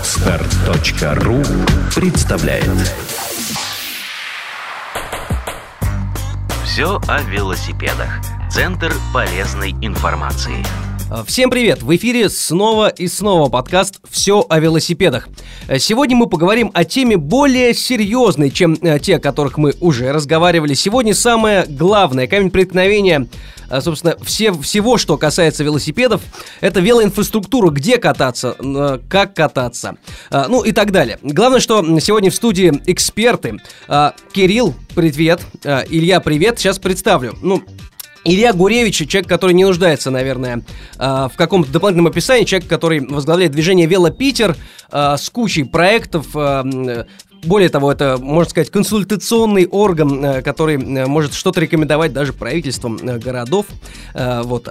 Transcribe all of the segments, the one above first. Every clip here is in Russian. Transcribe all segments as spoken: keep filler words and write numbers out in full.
Подстер точка ру представляет. Все о велосипедах. Центр полезной информации. Всем привет! В эфире снова и снова подкаст «Все о велосипедах». Сегодня мы поговорим о теме более серьезной, чем те, о которых мы уже разговаривали. Сегодня самое главное, камень преткновения, собственно, все, всего, что касается велосипедов, это велоинфраструктура, где кататься, как кататься, ну и так далее. Главное, что сегодня в студии эксперты. Кирилл, привет. Илья, привет. Сейчас представлю. Ну, Илья Гуревич, человек, который не нуждается, наверное, в каком-то дополнительном описании, человек, который возглавляет движение «Велопитер» с кучей проектов. Более того, это, можно сказать, консультационный орган, который может что-то рекомендовать даже правительствам городов. Вот.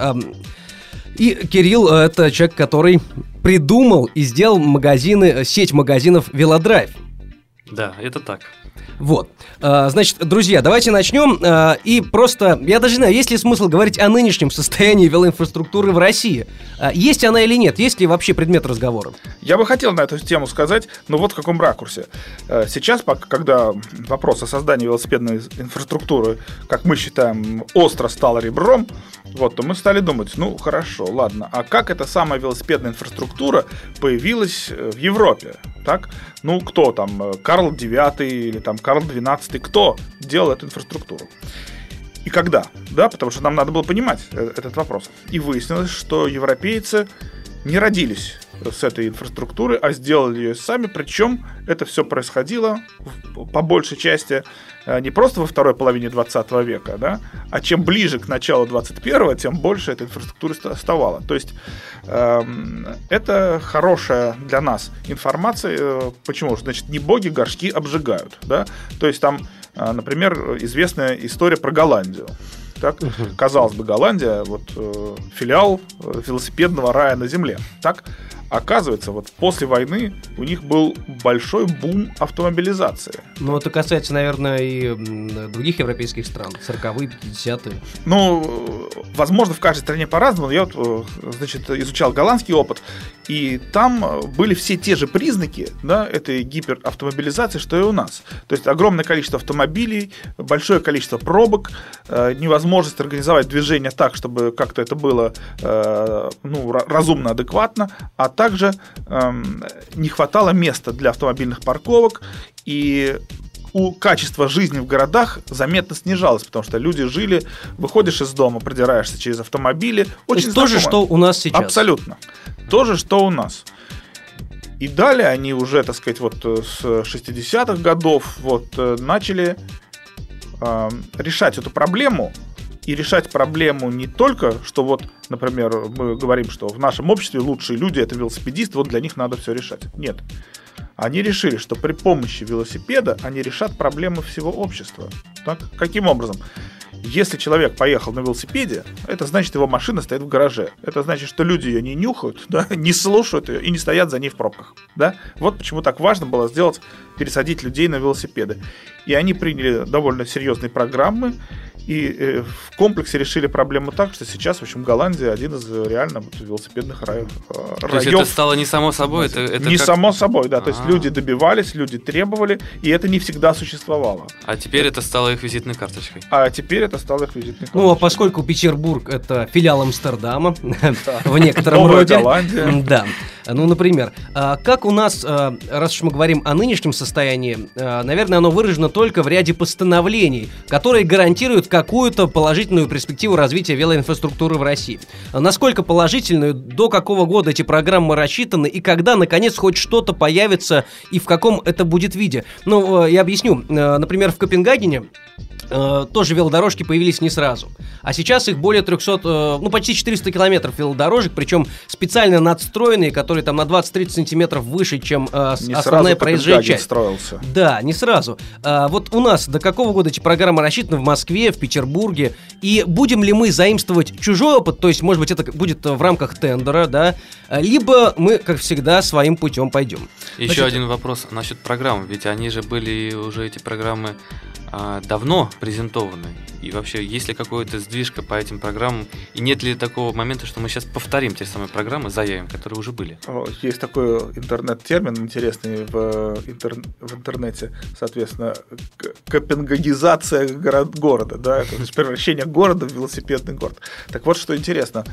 И Кирилл — это человек, который придумал и сделал магазины, сеть магазинов «Велодрайв». Да, это так. Вот, значит, друзья, давайте начнем. И просто, я даже не знаю, есть ли смысл говорить о нынешнем состоянии велоинфраструктуры в России. Есть она или нет? Есть ли вообще предмет разговора? Я бы хотел на эту тему сказать, но вот в каком ракурсе. Сейчас, когда вопрос о создании велосипедной инфраструктуры, как мы считаем, остро стал ребром, вот, то мы стали думать, ну хорошо, ладно, а как эта самая велосипедная инфраструктура появилась в Европе? Так? Ну, кто там, Карл девятый или там Карл двенадцатый, кто делал эту инфраструктуру? И когда? Да, потому что нам надо было понимать этот вопрос. И выяснилось, что европейцы не родились с этой инфраструктуры, а сделали ее сами, причем это все происходило по большей части не просто во второй половине двадцатого века, да, а чем ближе к началу двадцать первого, тем больше этой инфраструктуры оставало. То есть э, это хорошая для нас информация. Почему? Значит, не боги горшки обжигают, да? То есть там, например, известная история про Голландию. Так? Uh-huh. Казалось бы, Голландия вот, э, филиал велосипедного рая на земле. Так? Оказывается, вот после войны у них был большой бум автомобилизации. Ну, это касается, наверное, и других европейских стран, сороковые, пятидесятые. Ну, возможно, в каждой стране по-разному. Я вот, значит, изучал голландский опыт, и там были все те же признаки, да, этой гиперавтомобилизации, что и у нас. То есть огромное количество автомобилей, большое количество пробок, невозможность организовать движение так, чтобы как-то это было ну, разумно, адекватно, а также эм, не хватало места для автомобильных парковок, и у качества жизни в городах заметно снижалось, потому что люди жили, выходишь из дома, продираешься через автомобили. Очень то же, что у нас сейчас. Абсолютно. То же, что у нас. И далее они уже, так сказать, вот с шестидесятых годов вот, начали э, решать эту проблему. И решать проблему не только, что вот, например, мы говорим, что в нашем обществе лучшие люди — это велосипедисты, вот для них надо все решать. Нет. Они решили, что при помощи велосипеда они решат проблемы всего общества. Так? Каким образом? Если человек поехал на велосипеде, это значит, его машина стоит в гараже. Это значит, что люди ее не нюхают, да, не слушают ее и не стоят за ней в пробках. Да? Вот почему так важно было сделать, пересадить людей на велосипеды. И они приняли довольно серьезные программы, и э, в комплексе решили проблему так, что сейчас, в общем, Голландия один из реально вот, велосипедных раев. То раев. Есть это стало не само собой? Это, это не как... само собой, да. А-а-а. То есть люди добивались, люди требовали, и это не всегда существовало. А теперь это стало их визитной карточкой? А теперь это стало их визитной карточкой. Ну, а поскольку Петербург — это филиал Амстердама, в некотором роде. Да. Ну, например, как у нас, раз уж мы говорим о нынешнем состоянии, наверное, оно выражено только в ряде постановлений, которые гарантируют какую-то положительную перспективу развития велоинфраструктуры в России. Насколько положительную, до какого года эти программы рассчитаны и когда, наконец, хоть что-то появится и в каком это будет виде? Ну, я объясню. Например, в Копенгагене тоже велодорожки появились не сразу. А сейчас их более трехсот, ну почти четыреста километров велодорожек, причем специально надстроенные, которые там на двадцать-тридцать сантиметров выше, чем э, основная проезжая часть. Строился. Да, не сразу. А, вот у нас до какого года эти программы рассчитаны в Москве, в Петербурге? И будем ли мы заимствовать чужой опыт, то есть, может быть, это будет в рамках тендера, да? Либо мы, как всегда, своим путем пойдем. Еще Значит, один вопрос насчет программ, ведь они же были уже, эти программы, давно презентованы. И вообще, есть ли какая-то сдвижка по этим программам? И нет ли такого момента, что мы сейчас повторим те самые программы, заявим, которые уже были? Есть такой интернет-термин интересный в, интер... в интернете, соответственно, копенгагизация город... города, да, то есть превращение города в велосипедный город. Так вот, что интересно,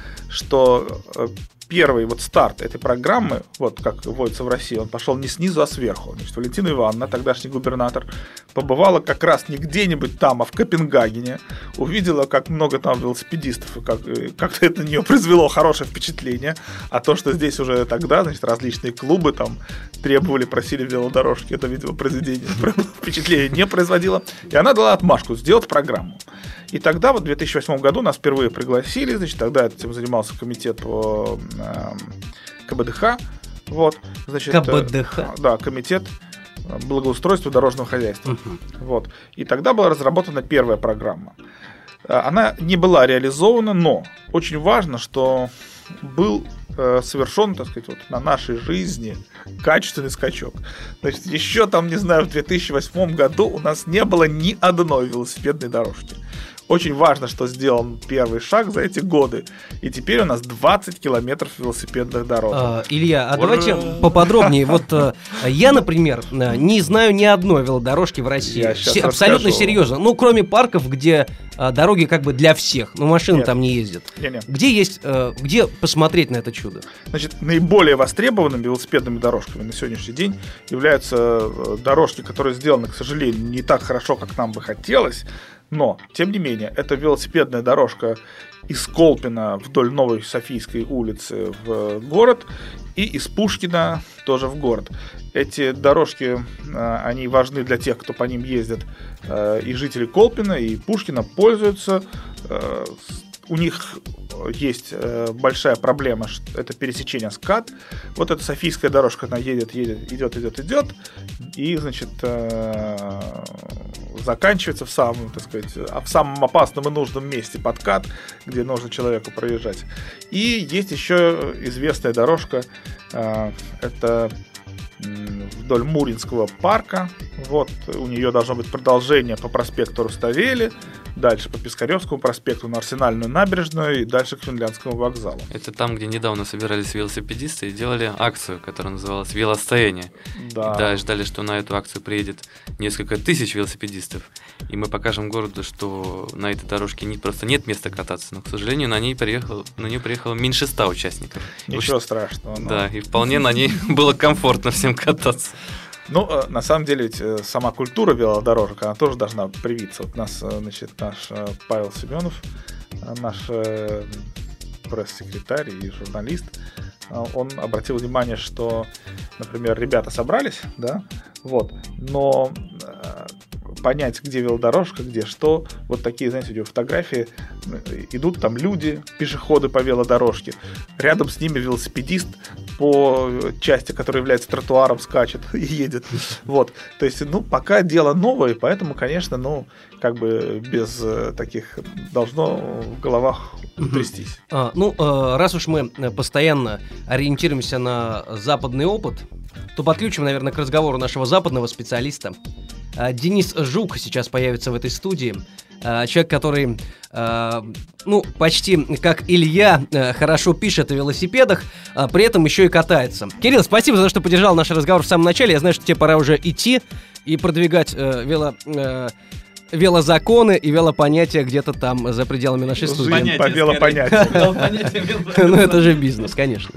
что первый вот старт этой программы, вот как вводится в России, он пошел не снизу, а сверху. Значит, Валентина Ивановна, тогдашний губернатор, побывала как раз не где-нибудь там, а в Копенгагене, увидела, как много там велосипедистов, и как, и как-то это на нее произвело хорошее впечатление, а то, что здесь уже тогда, значит, различные клубы там требовали, просили велодорожки, это, видимо, произведение впечатления не производило, и она дала отмашку сделать программу. И тогда, вот в две тысячи восьмом году нас впервые пригласили, значит, тогда этим занимался комитет по э, КБДХ, вот, значит, КБДХ? Э, да, комитет благоустройства дорожного хозяйства, uh-huh. вот, и тогда была разработана первая программа. Она не была реализована, но очень важно, что был э, совершен, так сказать, вот, на нашей жизни качественный скачок. Значит, еще там, не знаю, в две тысячи восьмом году у нас не было ни одной велосипедной дорожки. Очень важно, что сделан первый шаг за эти годы. И теперь у нас двадцать километров велосипедных дорог. А, Илья, а Ура! Давайте поподробнее. Вот я, например, не знаю ни одной велодорожки в России. С- абсолютно расскажу. Серьезно. Ну, кроме парков, где а, дороги как бы для всех. Но машины Нет. там не ездят. Не-не. Где есть, а, где посмотреть на это чудо? Значит, наиболее востребованными велосипедными дорожками на сегодняшний день являются дорожки, которые сделаны, к сожалению, не так хорошо, как нам бы хотелось. Но, тем не менее, это велосипедная дорожка из Колпина вдоль Новой Софийской улицы в город и из Пушкина тоже в город. Эти дорожки, они важны для тех, кто по ним ездит, и жители Колпина, и Пушкина пользуются. У них есть большая проблема, это пересечение СКАД. Вот эта Софийская дорожка, она едет, едет, идет, идет, идет, и, значит, заканчивается в самом, так сказать, в самом опасном и нужном месте подкат, где нужно человеку проезжать. И есть еще известная дорожка, это вдоль Муринского парка. Вот, у нее должно быть продолжение по проспекту Руставели, дальше по Пискаревскому проспекту на Арсенальную набережную и дальше к Финляндскому вокзалу. Это там, где недавно собирались велосипедисты и делали акцию, которая называлась «Велостояние». Да. И да, ждали, что на эту акцию приедет несколько тысяч велосипедистов, и мы покажем городу, что на этой дорожке не, просто нет места кататься, но, к сожалению, на ней приехало, на нее приехало меньше ста участников. Ничего Уж... страшного. Но... Да, и вполне на ней было комфортно всем кататься. Ну, на самом деле, ведь сама культура велодорожек, она тоже должна привиться. Вот нас, значит, наш Павел Семенов, наш пресс-секретарь и журналист, он обратил внимание, что, например, ребята собрались, да, вот, но понять, где велодорожка, где что, вот такие, знаете, видео фотографии, идут там люди, пешеходы по велодорожке, рядом с ними велосипедист по части, которая является тротуаром, скачет и едет, вот, то есть, ну, пока дело новое, поэтому, конечно, ну, как бы без таких должно в головах трястись. А, ну, раз уж мы постоянно ориентируемся на западный опыт, то подключим, наверное, к разговору нашего западного специалиста. Денис Жук сейчас появится в этой студии. Человек, который, ну, почти как Илья, хорошо пишет о велосипедах, а при этом еще и катается. Кирилл, спасибо за то, что поддержал наш разговор в самом начале. Я знаю, что тебе пора уже идти и продвигать вело... велозаконы и велопонятия где-то там за пределами нашей студии. Понятие, по велопонятию. Ну, это же бизнес, конечно.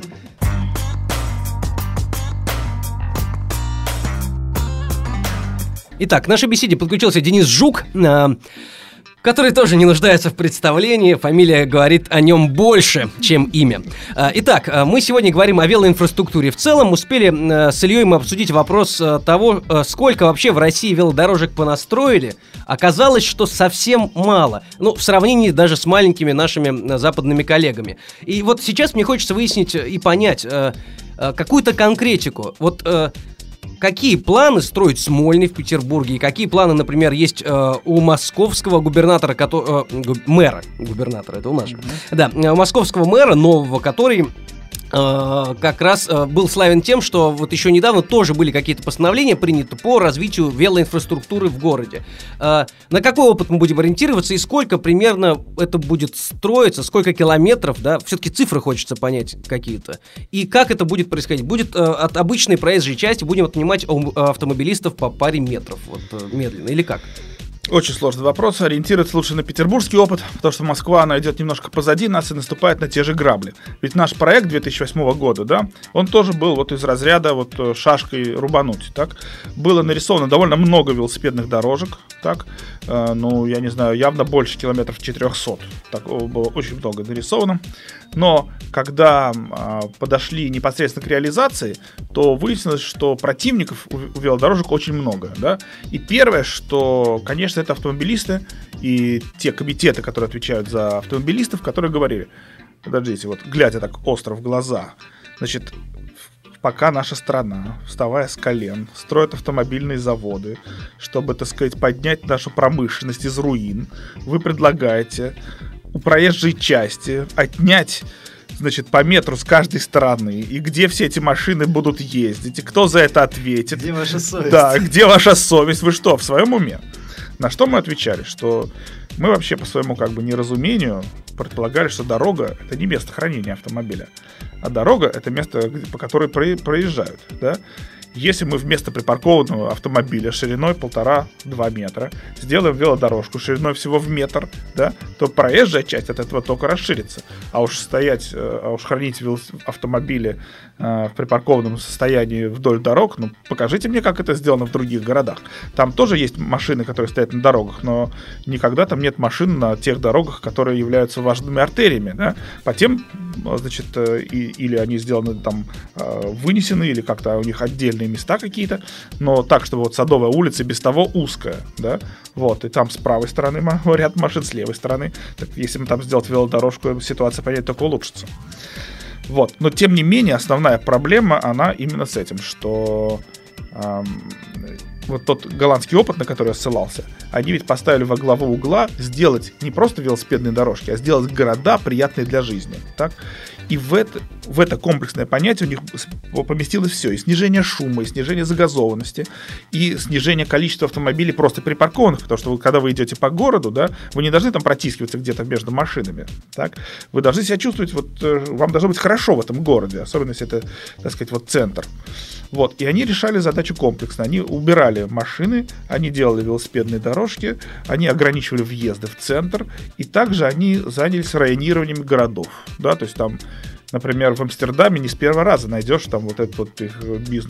Итак, к нашей беседе подключился Денис Жук, который тоже не нуждается в представлении. Фамилия говорит о нем больше, чем имя. Итак, мы сегодня говорим о велоинфраструктуре в целом. Успели с Ильей мы обсудить вопрос того, сколько вообще в России велодорожек понастроили. Оказалось, что совсем мало. Ну, в сравнении даже с маленькими нашими западными коллегами. И вот сейчас мне хочется выяснить и понять какую-то конкретику. Вот... Какие планы строить Смольный в Петербурге? И какие планы, например, есть э, у московского губернатора, который, э, губ, мэра, губернатора, это у нас же, mm-hmm. да, московского мэра нового, который как раз был славен тем, что вот еще недавно тоже были какие-то постановления приняты по развитию велоинфраструктуры в городе. На какой опыт мы будем ориентироваться и сколько примерно это будет строиться, сколько километров, да, все-таки цифры хочется понять какие-то. И как это будет происходить? Будет от обычной проезжей части будем отнимать автомобилистов по паре метров, вот медленно, или как? Очень сложный вопрос. Ориентироваться лучше на петербургский опыт, потому что Москва, она идет немножко позади нас и наступает на те же грабли. Ведь наш проект две тысячи восьмого года, да, он тоже был вот из разряда вот шашкой рубануть, так. Было нарисовано довольно много велосипедных дорожек, так, э, ну, я не знаю, явно больше километров четыреста. Такого было очень много нарисовано. Но когда э, подошли непосредственно к реализации, то выяснилось, что противников у, у велодорожек очень много, да. И первое, что, конечно, это автомобилисты и те комитеты, которые отвечают за автомобилистов, которые говорили: подождите, вот глядя так остро в глаза, значит, пока наша страна, вставая с колен, строит автомобильные заводы, чтобы, так сказать, поднять нашу промышленность из руин, вы предлагаете у проезжей части отнять, значит, по метру с каждой стороны, и где все эти машины будут ездить, и кто за это ответит. Где ваша совесть? Да, где ваша совесть? Вы что, в своем уме? На что мы отвечали, что мы вообще по своему как бы неразумению предполагали, что дорога — это не место хранения автомобиля, а дорога — это место, по которой проезжают, да? Если мы вместо припаркованного автомобиля шириной полтора-два метра сделаем велодорожку шириной всего в метр, да, то проезжая часть от этого только расширится. А уж стоять, а уж хранить автомобили э, в припаркованном состоянии вдоль дорог, ну, покажите мне, как это сделано в других городах. Там тоже есть машины, которые стоят на дорогах, но никогда там нет машин на тех дорогах, которые являются важными артериями, да. По тем, значит, э, и, или они сделаны там, э, вынесены, или как-то у них отдельные места какие-то, но так, чтобы вот Садовая улица без того узкая, да, вот, и там с правой стороны ряд машин, с левой стороны, так, если мы там сделать велодорожку, ситуация, понятно, только улучшится. Вот, но тем не менее, основная проблема, она именно с этим, что эм, вот тот голландский опыт, на который я ссылался, они ведь поставили во главу угла сделать не просто велосипедные дорожки, а сделать города приятные для жизни, так? И в это, в это комплексное понятие у них поместилось все. И снижение шума, и снижение загазованности, и снижение количества автомобилей просто припаркованных. Потому что вы, когда вы идете по городу, да, вы не должны там протискиваться где-то между машинами. Так? Вы должны себя чувствовать, вот, вам должно быть хорошо в этом городе, особенно если это, так сказать, вот центр. Вот. И они решали задачу комплексно. Они убирали машины, они делали велосипедные дорожки, они ограничивали въезды в центр, и также они занялись районированием городов. Да? То есть там, например, в Амстердаме не с первого раза найдешь там вот этот вот их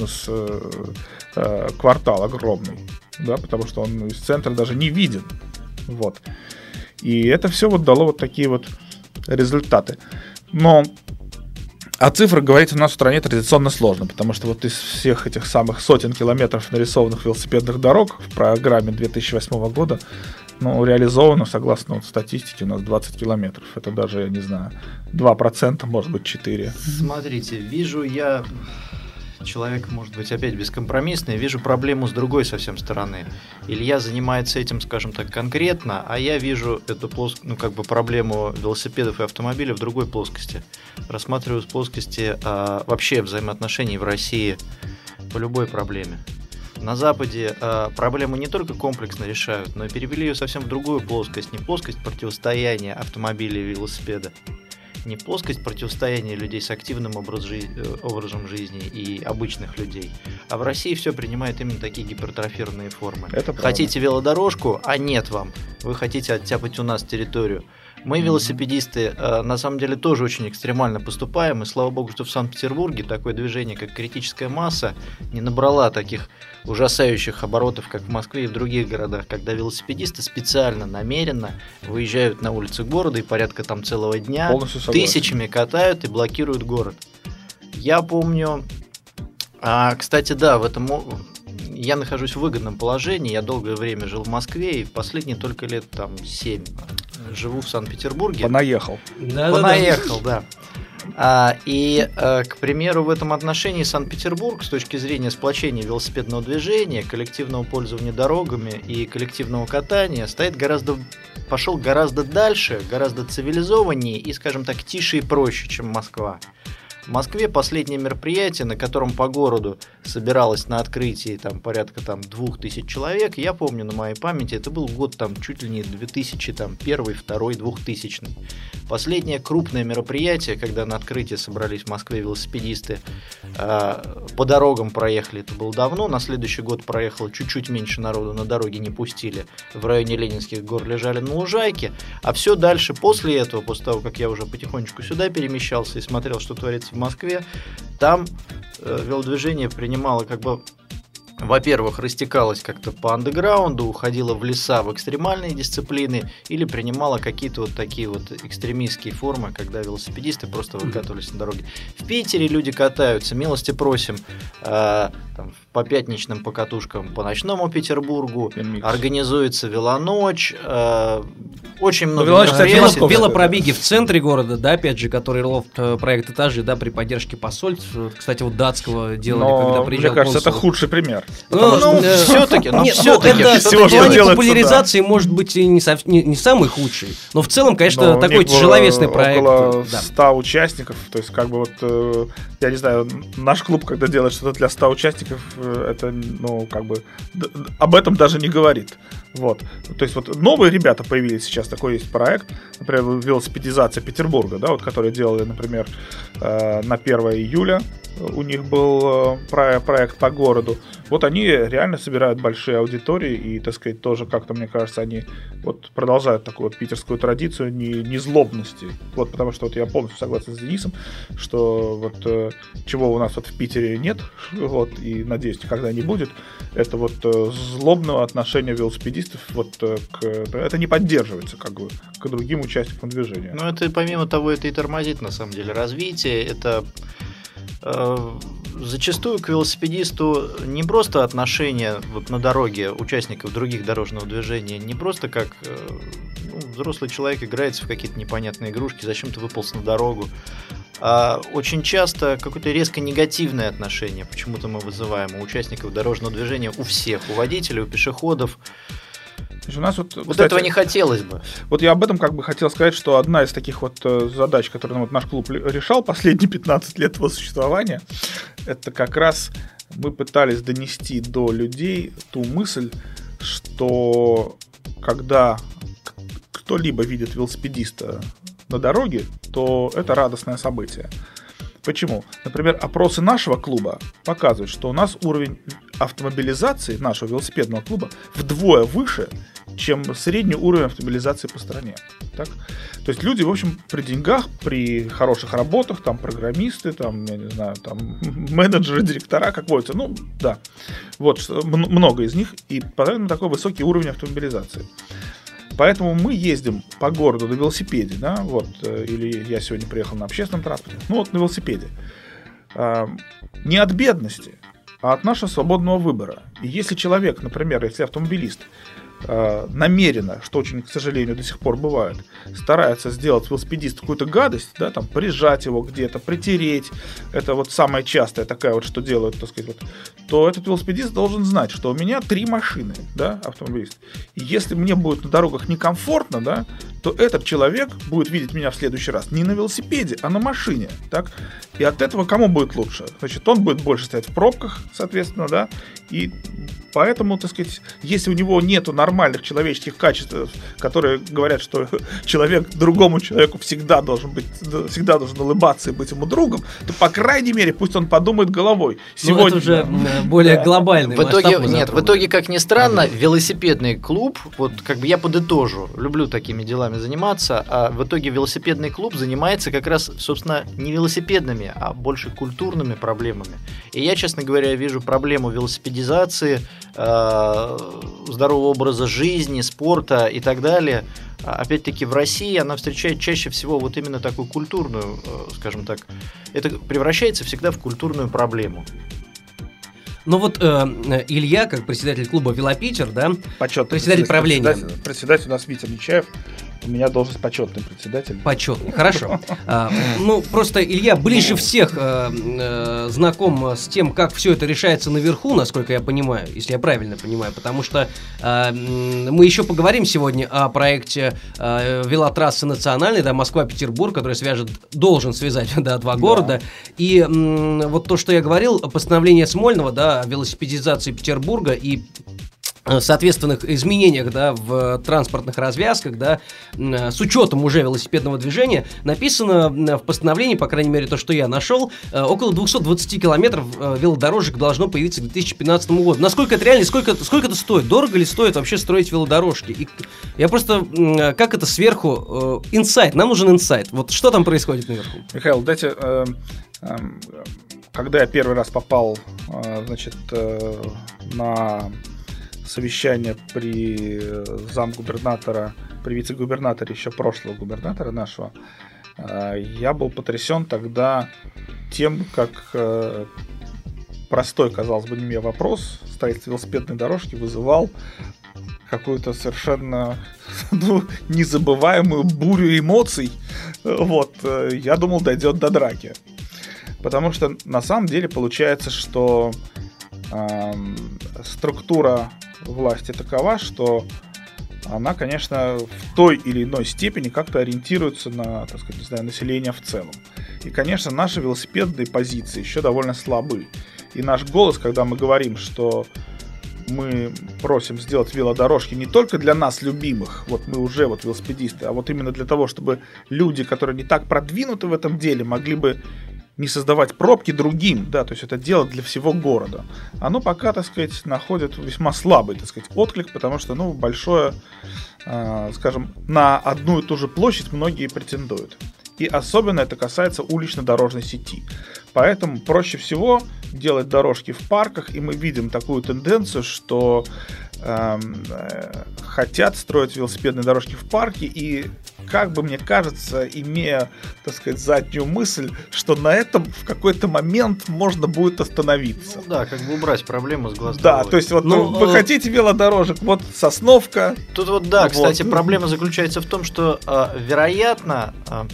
бизнес-квартал огромный, да, потому что он из центра даже не виден. Вот. И это все вот дало вот такие вот результаты. Но о цифрах говорить у нас в стране традиционно сложно, потому что вот из всех этих самых сотен километров нарисованных велосипедных дорог в программе две тысячи восьмого года, ну, реализовано, согласно вот статистике, у нас двадцать километров. Это даже, я не знаю, два процента, может быть, четыре процента. Смотрите, вижу я, человек, может быть, опять бескомпромиссный, вижу проблему с другой совсем стороны. Илья занимается этим, скажем так, конкретно, а я вижу эту плоск... ну, как бы проблему велосипедов и автомобилей в другой плоскости. Рассматриваю с плоскости а, вообще взаимоотношений в России по любой проблеме. На Западе э, проблему не только комплексно решают, но и перевели ее совсем в другую плоскость. Не плоскость противостояния автомобиля и велосипеда, не плоскость противостояния людей с активным образ жи- образом жизни и обычных людей. А в России все принимает именно такие гипертрофированные формы. Это хотите велодорожку, а нет вам. Вы хотите оттяпать у нас территорию. Мы, велосипедисты, на самом деле тоже очень экстремально поступаем, и слава богу, что в Санкт-Петербурге такое движение, как критическая масса, не набрала таких ужасающих оборотов, как в Москве и в других городах, когда велосипедисты специально, намеренно выезжают на улицы города и порядка там целого дня тысячами катают и блокируют город. Я помню, а, кстати, да, в этом... Я нахожусь в выгодном положении, я долгое время жил в Москве, и в последние только лет там семь живу в Санкт-Петербурге. Понаехал. Да, Понаехал, да. да. А, и, а, к примеру, в этом отношении Санкт-Петербург с точки зрения сплочения велосипедного движения, коллективного пользования дорогами и коллективного катания стоит гораздо, пошел гораздо дальше, гораздо цивилизованнее и, скажем так, тише и проще, чем Москва. В Москве последнее мероприятие, на котором по городу собиралось на открытии там, порядка там, двух тысяч человек, я помню на моей памяти, это был год там, чуть ли не две тысячи первый, второй, двухтысячный. Последнее крупное мероприятие, когда на открытие собрались в Москве велосипедисты, э, по дорогам проехали, это было давно, на следующий год проехало чуть-чуть меньше народу, на дороге не пустили, в районе Ленинских гор лежали на лужайке, а все дальше после этого, после того, как я уже потихонечку сюда перемещался и смотрел, что творится в Москве, там э, велодвижение принимало как бы, во-первых, растекалось как-то по андеграунду, уходило в леса, в экстремальные дисциплины или принимало какие-то вот такие вот экстремистские формы, когда велосипедисты просто выкатывались на дороге. В Питере люди катаются, милости просим, э, там, по пятничным покатушкам по ночному Петербургу, организуется велоночь, э, очень много мероприятий. Велопробеги в центре города, да, опять же, который лофт проект «Этажи», да, при поддержке посольств, кстати, вот датского делали, но, когда приезжал мне кажется, консул. это худший пример. Ну, ну, э, все-таки, ну, нет, все-таки, это всего, в плане делается, популяризации да. может быть и не, сов, не, не самый худший, но в целом, конечно, но такой тяжеловесный проект. Около да. ста участников, то есть как бы вот, э, я не знаю, наш клуб, когда делает что-то для ста участников, э, это, ну, как бы, д- об этом даже не говорит. Вот. То есть вот новые ребята появились сейчас, такой есть проект, например, велосипедизация Петербурга, да, вот, которые делали, например, э, на первое июля, у них был э, проект по городу. Вот они реально собирают большие аудитории и, так сказать, тоже как-то, мне кажется, они вот продолжают такую вот питерскую традицию не, не злобности. Вот, потому что вот я полностью согласен с Денисом, что вот э, чего у нас вот в Питере нет, вот, и, надеюсь, никогда не будет, это вот э, злобного отношения велосипедистов вот э, к... Это не поддерживается, как бы, к другим участникам движения. Ну, это, помимо того, это и тормозит, на самом деле, развитие, это... Зачастую к велосипедисту не просто отношение вот на дороге участников других дорожного движения, не просто как ну, взрослый человек играется в какие-то непонятные игрушки, зачем ты выполз на дорогу, а очень часто какое-то резко негативное отношение почему-то мы вызываем у участников дорожного движения, у всех, у водителей, у пешеходов. У нас вот, вот кстати, этого не хотелось бы. Вот я об этом как бы хотел сказать, что одна из таких вот задач, которые вот наш клуб решал последние пятнадцать лет его существования, это как раз мы пытались донести до людей ту мысль, что когда кто-либо видит велосипедиста на дороге, то это радостное событие. Почему? Например, опросы нашего клуба показывают, что у нас уровень автомобилизации нашего велосипедного клуба вдвое выше, чем средний уровень автомобилизации по стране. Так? То есть люди, в общем, при деньгах, при хороших работах, там программисты, там, я не знаю, там менеджеры, директора, как водится, ну, да, вот, много из них, и поэтому такой высокий уровень автомобилизации. Поэтому мы ездим по городу на велосипеде, да, вот, или я сегодня приехал на общественном транспорте, ну вот на велосипеде. Не от бедности, а от нашего свободного выбора. И если человек, например, если автомобилист, намеренно, что очень, к сожалению, до сих пор бывает, старается сделать велосипедисту какую-то гадость, да, там, прижать его где-то, притереть, это вот самая частая такая вот, что делают, так сказать, вот, то этот велосипедист должен знать, что у меня три машины, да, автомобилист. И если мне будет на дорогах некомфортно, да, то этот человек будет видеть меня в следующий раз не на велосипеде, а на машине, так? И от этого кому будет лучше? Значит, он будет больше стоять в пробках, соответственно, да, и поэтому, так сказать, если у него нету нормальных человеческих качеств, которые говорят, что человек другому человеку всегда должен быть, всегда должен улыбаться и быть ему другом, то, по крайней мере, пусть он подумает головой. Сегодня, ну, это уже да, более да. глобальный в итоге, нет, в итоге, как ни странно, ага. велосипедный клуб, вот как бы я подытожу, люблю такими делами заниматься, а в итоге велосипедный клуб занимается как раз, собственно, не велосипедными, а больше культурными проблемами. И я, честно говоря, вижу проблему велосипедизации, здорового образа жизни, спорта и так далее. Опять-таки в России она встречает чаще всего вот именно такую культурную, скажем так, это превращается всегда в культурную проблему. Ну вот э, Илья, как председатель клуба «Велопитер», да, почетный председатель правления. Председатель, председатель у нас Витя Нечаев. У меня должность почетный председатель. Почетный, хорошо. А, ну, просто Илья ближе всех а, а, знаком с тем, как все это решается наверху, насколько я понимаю, если я правильно понимаю, потому что а, мы еще поговорим сегодня о проекте а, велотрассы национальной, да, Москва-Петербург, который свяжет, должен связать, да, два города. Да. И м, вот то, что я говорил, постановление Смольного, да, о велосипедизации Петербурга и соответственных изменениях, да, в транспортных развязках, да, с учетом уже велосипедного движения, написано в постановлении, по крайней мере, то, что я нашел, около двести двадцать километров велодорожек должно появиться к две тысячи пятнадцатому году. Насколько это реально, сколько, сколько это стоит? Дорого ли стоит вообще строить велодорожки? И я просто, как это сверху, инсайт, нам нужен инсайт. Вот что там происходит наверху? Михаил, дайте, э, э, когда я первый раз попал, э, значит, э, на совещание при замгубернатора, при вице-губернаторе еще прошлого губернатора нашего, я был потрясен тогда тем, как простой, казалось бы, не мне вопрос строительства велосипедной дорожки вызывал какую-то совершенно ну, незабываемую бурю эмоций. Вот. Я думал, дойдет до драки. Потому что на самом деле получается, что э, структура власти такова, что она, конечно, в той или иной степени как-то ориентируется на, так сказать, не знаю, население в целом. И, конечно, наши велосипедные позиции еще довольно слабы. И наш голос, когда мы говорим, что мы просим сделать велодорожки не только для нас любимых, вот мы уже вот велосипедисты, а вот именно для того, чтобы люди, которые не так продвинуты в этом деле, могли бы не создавать пробки другим, да, то есть это дело для всего города. Оно пока, так сказать, находит весьма слабый, так сказать, отклик, потому что, ну, большое, э, скажем, на одну и ту же площадь многие претендуют. И особенно это касается улично-дорожной сети. Поэтому проще всего делать дорожки в парках, и мы видим такую тенденцию, что э, э, хотят строить велосипедные дорожки в парке, и как бы мне кажется, имея, так сказать, заднюю мысль, что на этом в какой-то момент можно будет остановиться. Ну да, как бы убрать проблему с глаз Да, долой. то есть вот ну, вы э... хотите велодорожек, вот Сосновка. Тут вот да, вот. Кстати, проблема заключается в том, что э, вероятно э,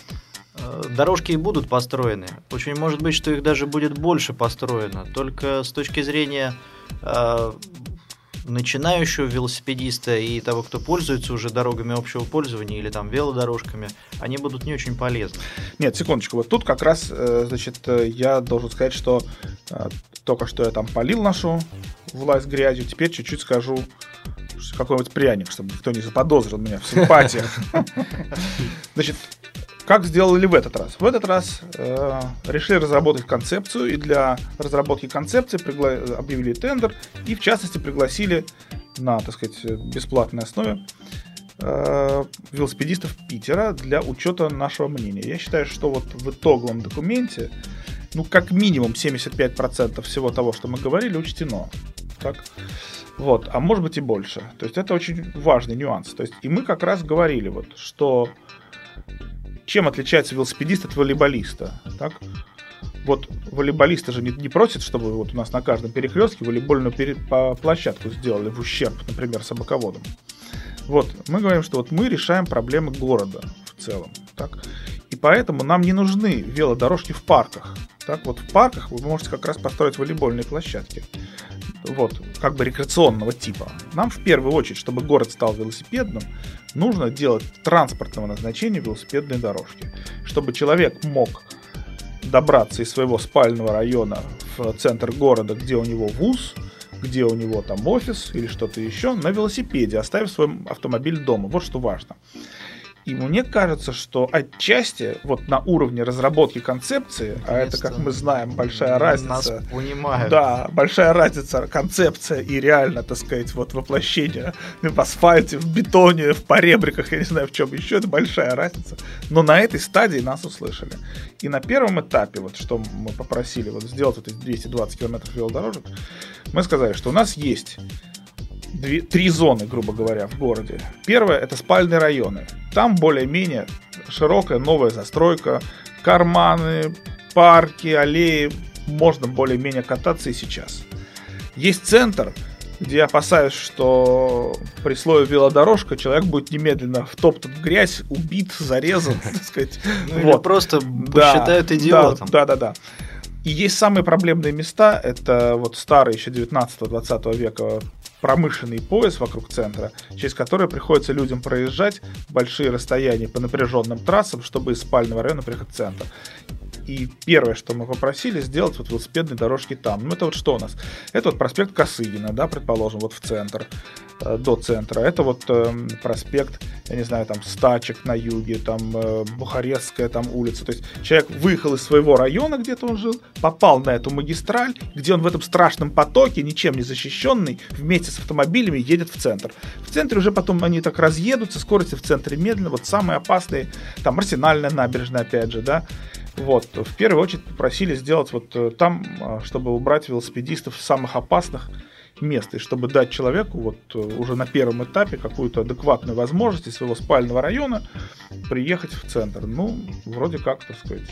э, дорожки и будут построены. Очень может быть, что их даже будет больше построено. Только с точки зрения э, начинающего велосипедиста и того, кто пользуется уже дорогами общего пользования или там велодорожками, они будут не очень полезны. Нет, секундочку, вот тут как раз, значит, я должен сказать, что только что я там полил нашу власть грязью, теперь чуть-чуть скажу какой-нибудь пряник, чтобы никто не заподозрил меня в симпатиях. Значит, как сделали в этот раз? В этот раз э, решили разработать концепцию, и для разработки концепции пригла- объявили тендер, и в частности пригласили на, так сказать, бесплатной основе э, велосипедистов Питера для учета нашего мнения. Я считаю, что вот в итоговом документе, ну, как минимум семьдесят пять процентов всего того, что мы говорили, учтено. Так? Вот, а может быть и больше. То есть это очень важный нюанс. То есть, и мы как раз говорили, вот, что чем отличается велосипедист от волейболиста? Так? Вот волейболисты же не, не просят, чтобы вот у нас на каждом перекрестке волейбольную пере, по площадку сделали в ущерб, например, собаководам. Вот, мы говорим, что вот мы решаем проблемы города в целом. Так? И поэтому нам не нужны велодорожки в парках. Так? Вот в парках вы можете как раз построить волейбольные площадки. Вот, как бы рекреационного типа. Нам в первую очередь, чтобы город стал велосипедным, нужно делать транспортного назначения велосипедные дорожки. Чтобы человек мог добраться из своего спального района в центр города, где у него вуз, где у него там офис или что-то еще, на велосипеде, оставив свой автомобиль дома. Вот что важно. И мне кажется, что отчасти вот на уровне разработки концепции, а это, как мы знаем, большая разница. Нас понимают. Да, большая разница, концепция и реально, так сказать, вот воплощение в асфальте, в бетоне, в поребриках, я не знаю в чем еще, это большая разница. Но на этой стадии нас услышали. И на первом этапе, вот что мы попросили вот сделать вот эти двести двадцать километров велодорожек, мы сказали, что у нас есть Две, три зоны, грубо говоря, в городе. Первое — это спальные районы. Там более-менее широкая новая застройка, карманы, парки, аллеи. Можно более-менее кататься и сейчас. Есть центр, где я опасаюсь, что при слое велодорожка человек будет немедленно втоптан в грязь, убит, зарезан, так сказать. Ну или просто посчитают идиотом. Да, да, да. И есть самые проблемные места, это вот старый еще девятнадцатого-двадцатого века промышленный пояс вокруг центра, через который приходится людям проезжать большие расстояния по напряженным трассам, чтобы из спального района приехать в центр. И первое, что мы попросили, сделать вот велосипедные дорожки там. Ну, это вот что у нас? Это вот проспект Косыгина, да, предположим, вот в центр, э, до центра. Это вот э, проспект, я не знаю, там, Стачек на юге, там, э, Бухарестская там улица. То есть человек выехал из своего района, где-то он жил, попал на эту магистраль, где он в этом страшном потоке, ничем не защищенный, вместе с автомобилями едет в центр. В центре уже потом они так разъедутся, скорости в центре медленно. Вот самые опасные, там, Арсенальная набережная, опять же, да. Вот, в первую очередь попросили сделать вот там, чтобы убрать велосипедистов с самых опасных мест, и чтобы дать человеку вот уже на первом этапе какую-то адекватную возможность из своего спального района приехать в центр. Ну, вроде как, так сказать.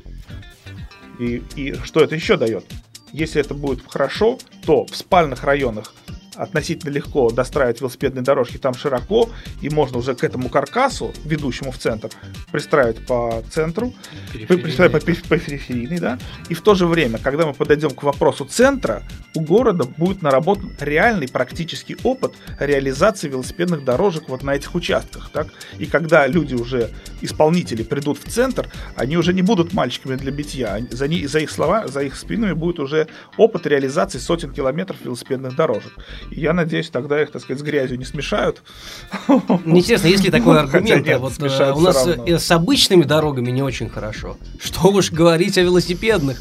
И, и что это еще дает? Если это будет хорошо, то в спальных районах относительно легко достраивать велосипедные дорожки, там широко, и можно уже к этому каркасу, ведущему в центр, пристраивать по центру, пристраивать по, по периферийной, да, и в то же время, когда мы подойдем к вопросу центра, у города будет наработан реальный практический опыт реализации велосипедных дорожек вот на этих участках, так, и когда люди уже, исполнители, придут в центр, они уже не будут мальчиками для битья, за, не, за их слова, за их спинами будет уже опыт реализации сотен километров велосипедных дорожек. И я надеюсь, тогда их, так сказать, с грязью не смешают. Интересно, есть ли такой аргумент? Нет, вот, э, у нас э, с обычными дорогами не очень хорошо. Что уж говорить о велосипедных.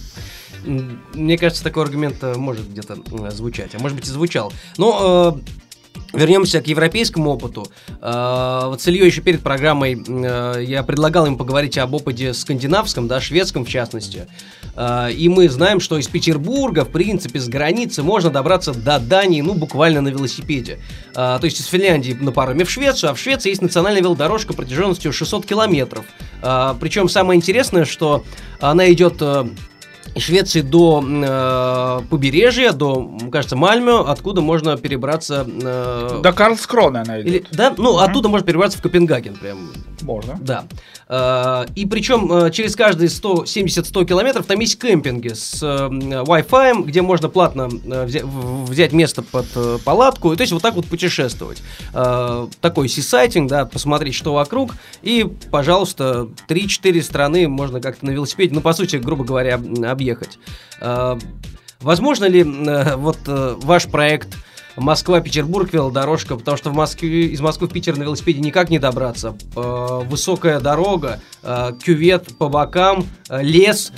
Мне кажется, такой аргумент может где-то э, звучать. А может быть и звучал. Но... Э, Вернемся к европейскому опыту. Вот с Ильей еще перед программой я предлагал им поговорить об опыте скандинавском, да, шведском в частности. И мы знаем, что из Петербурга, в принципе, с границы можно добраться до Дании, ну, буквально на велосипеде. То есть из Финляндии на пароме в Швецию, а в Швеции есть национальная велодорожка протяженностью шестьсот километров. Причем самое интересное, что она идет... Швеции до э, побережья, до, кажется, Мальмё, откуда можно перебраться... Э, до Карлскрона она идет. Или, да, ну, uh-huh. оттуда можно перебраться в Копенгаген прям. Можно. Да. Э, и причем э, через каждые сто семьдесят - сто километров там есть кемпинги с э, Wi-Fi, где можно платно э, взять, взять место под э, палатку, и, то есть вот так вот путешествовать. Э, такой сисайтинг, да, посмотреть, что вокруг, и, пожалуйста, три-четыре страны можно как-то на велосипеде, ну, по сути, грубо говоря, объехать. ехать. Возможно ли вот ваш проект Москва-Петербург велодорожка, потому что в Москве, из Москвы в Питер на велосипеде никак не добраться. Высокая дорога, кювет по бокам, лес,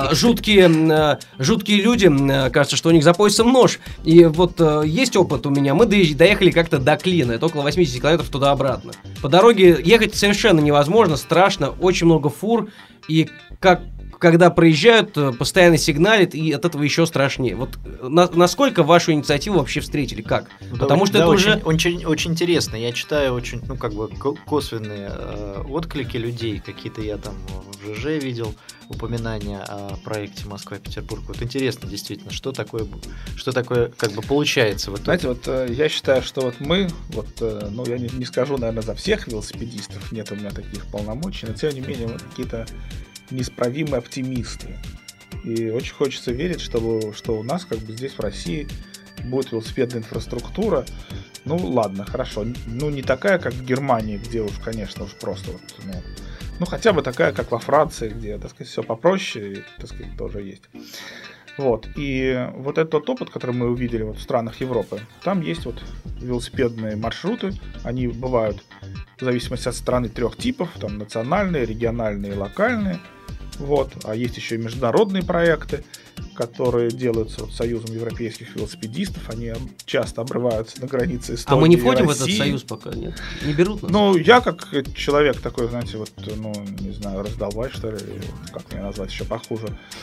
жуткие, жуткие люди, кажется, что у них за поясом нож. И вот есть опыт у меня, мы доехали как-то до Клина, это около восемьдесят километров туда-обратно. По дороге ехать совершенно невозможно, страшно, очень много фур, и как когда проезжают, постоянно сигналит, и от этого еще страшнее. Вот на, насколько вашу инициативу вообще встретили? Как? Ну, Потому да, что да, это очень, уже... Очень, очень интересно. Я читаю очень, ну, как бы косвенные э, отклики людей. Какие-то я там в ЖЖ видел упоминания о проекте Москва-Петербург. Вот интересно, действительно, что такое, что такое как бы получается в итоге. Знаете, вот э, я считаю, что вот мы, вот, э, ну, я не, не скажу, наверное, за всех велосипедистов, нет у меня таких полномочий, но тем не менее, вот какие-то неисправимые оптимисты. И очень хочется верить, что, что у нас, как бы здесь в России, будет велосипедная инфраструктура. Ну, ладно, хорошо. Ну, не такая, как в Германии, где уж, конечно, уж просто вот, ну, ну, хотя бы такая, как во Франции, где, так сказать, все попроще, и, так сказать, тоже есть. Вот. И вот этот опыт, который мы увидели вот в странах Европы, там есть вот велосипедные маршруты. Они бывают в зависимости от страны трех типов, там национальные, региональные и локальные. Вот. А есть еще и международные проекты, которые делаются вот Союзом европейских велосипедистов. Они часто обрываются на границе Эстонии. А мы не входим в этот союз пока, нет? Не берут нас? Ну, я как человек такой, знаете, вот, ну, не знаю, раздолбай, что ли, как меня назвать еще похуже.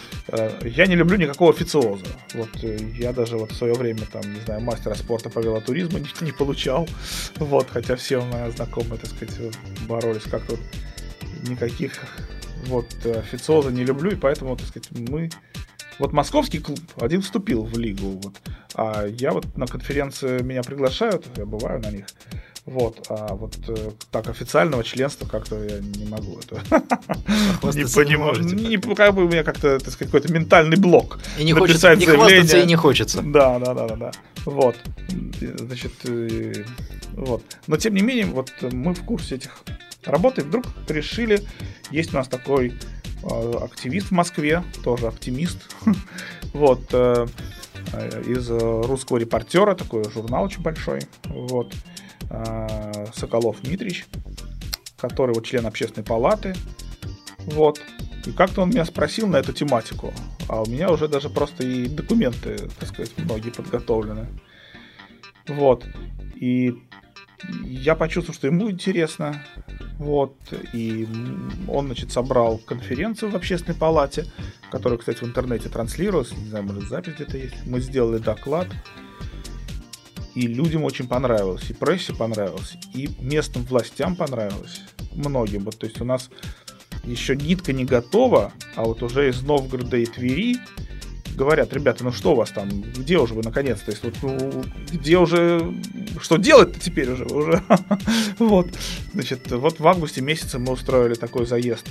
Я не люблю никакого официоза. Вот я даже вот в свое время, там, не знаю, мастера спорта по велотуризму не, не получал. Вот, хотя все мои знакомые, так сказать, боролись как-то вот, никаких вот официоза не люблю, и поэтому, так сказать, мы Вот московский клуб один вступил в лигу, вот, а я вот на конференции меня приглашают, я бываю на них, вот, а вот э, так официального членства как-то я не могу это не понимаю, не, как бы у меня как-то, так сказать, какой-то ментальный блок. И не хочется, не хвастаться и не хочется. Да, да, да, да, да. Вот, значит, э, вот, но тем не менее, вот мы в курсе этих работ и вдруг решили, есть у нас такой активист в Москве, тоже оптимист, вот, э, из русского репортера, такой журнал очень большой, вот, э, Соколов Дмитрич, который вот член общественной палаты, вот, и как-то он меня спросил на эту тематику, а у меня уже даже просто и документы, так сказать, многие подготовлены, вот, и я почувствовал, что ему интересно, вот, и он, значит, собрал конференцию в общественной палате, которая, кстати, в интернете транслировалась, не знаю, может, запись где-то есть. Мы сделали доклад, и людям очень понравилось, и прессе понравилось, и местным властям понравилось, многим. Вот, то есть у нас еще нитка не готова, а вот уже из Новгорода и Твери говорят: ребята, ну что у вас там, где уже вы наконец-то, есть, вот, ну, где уже, что делать-то теперь уже, уже, вот, значит, вот в августе месяце мы устроили такой заезд,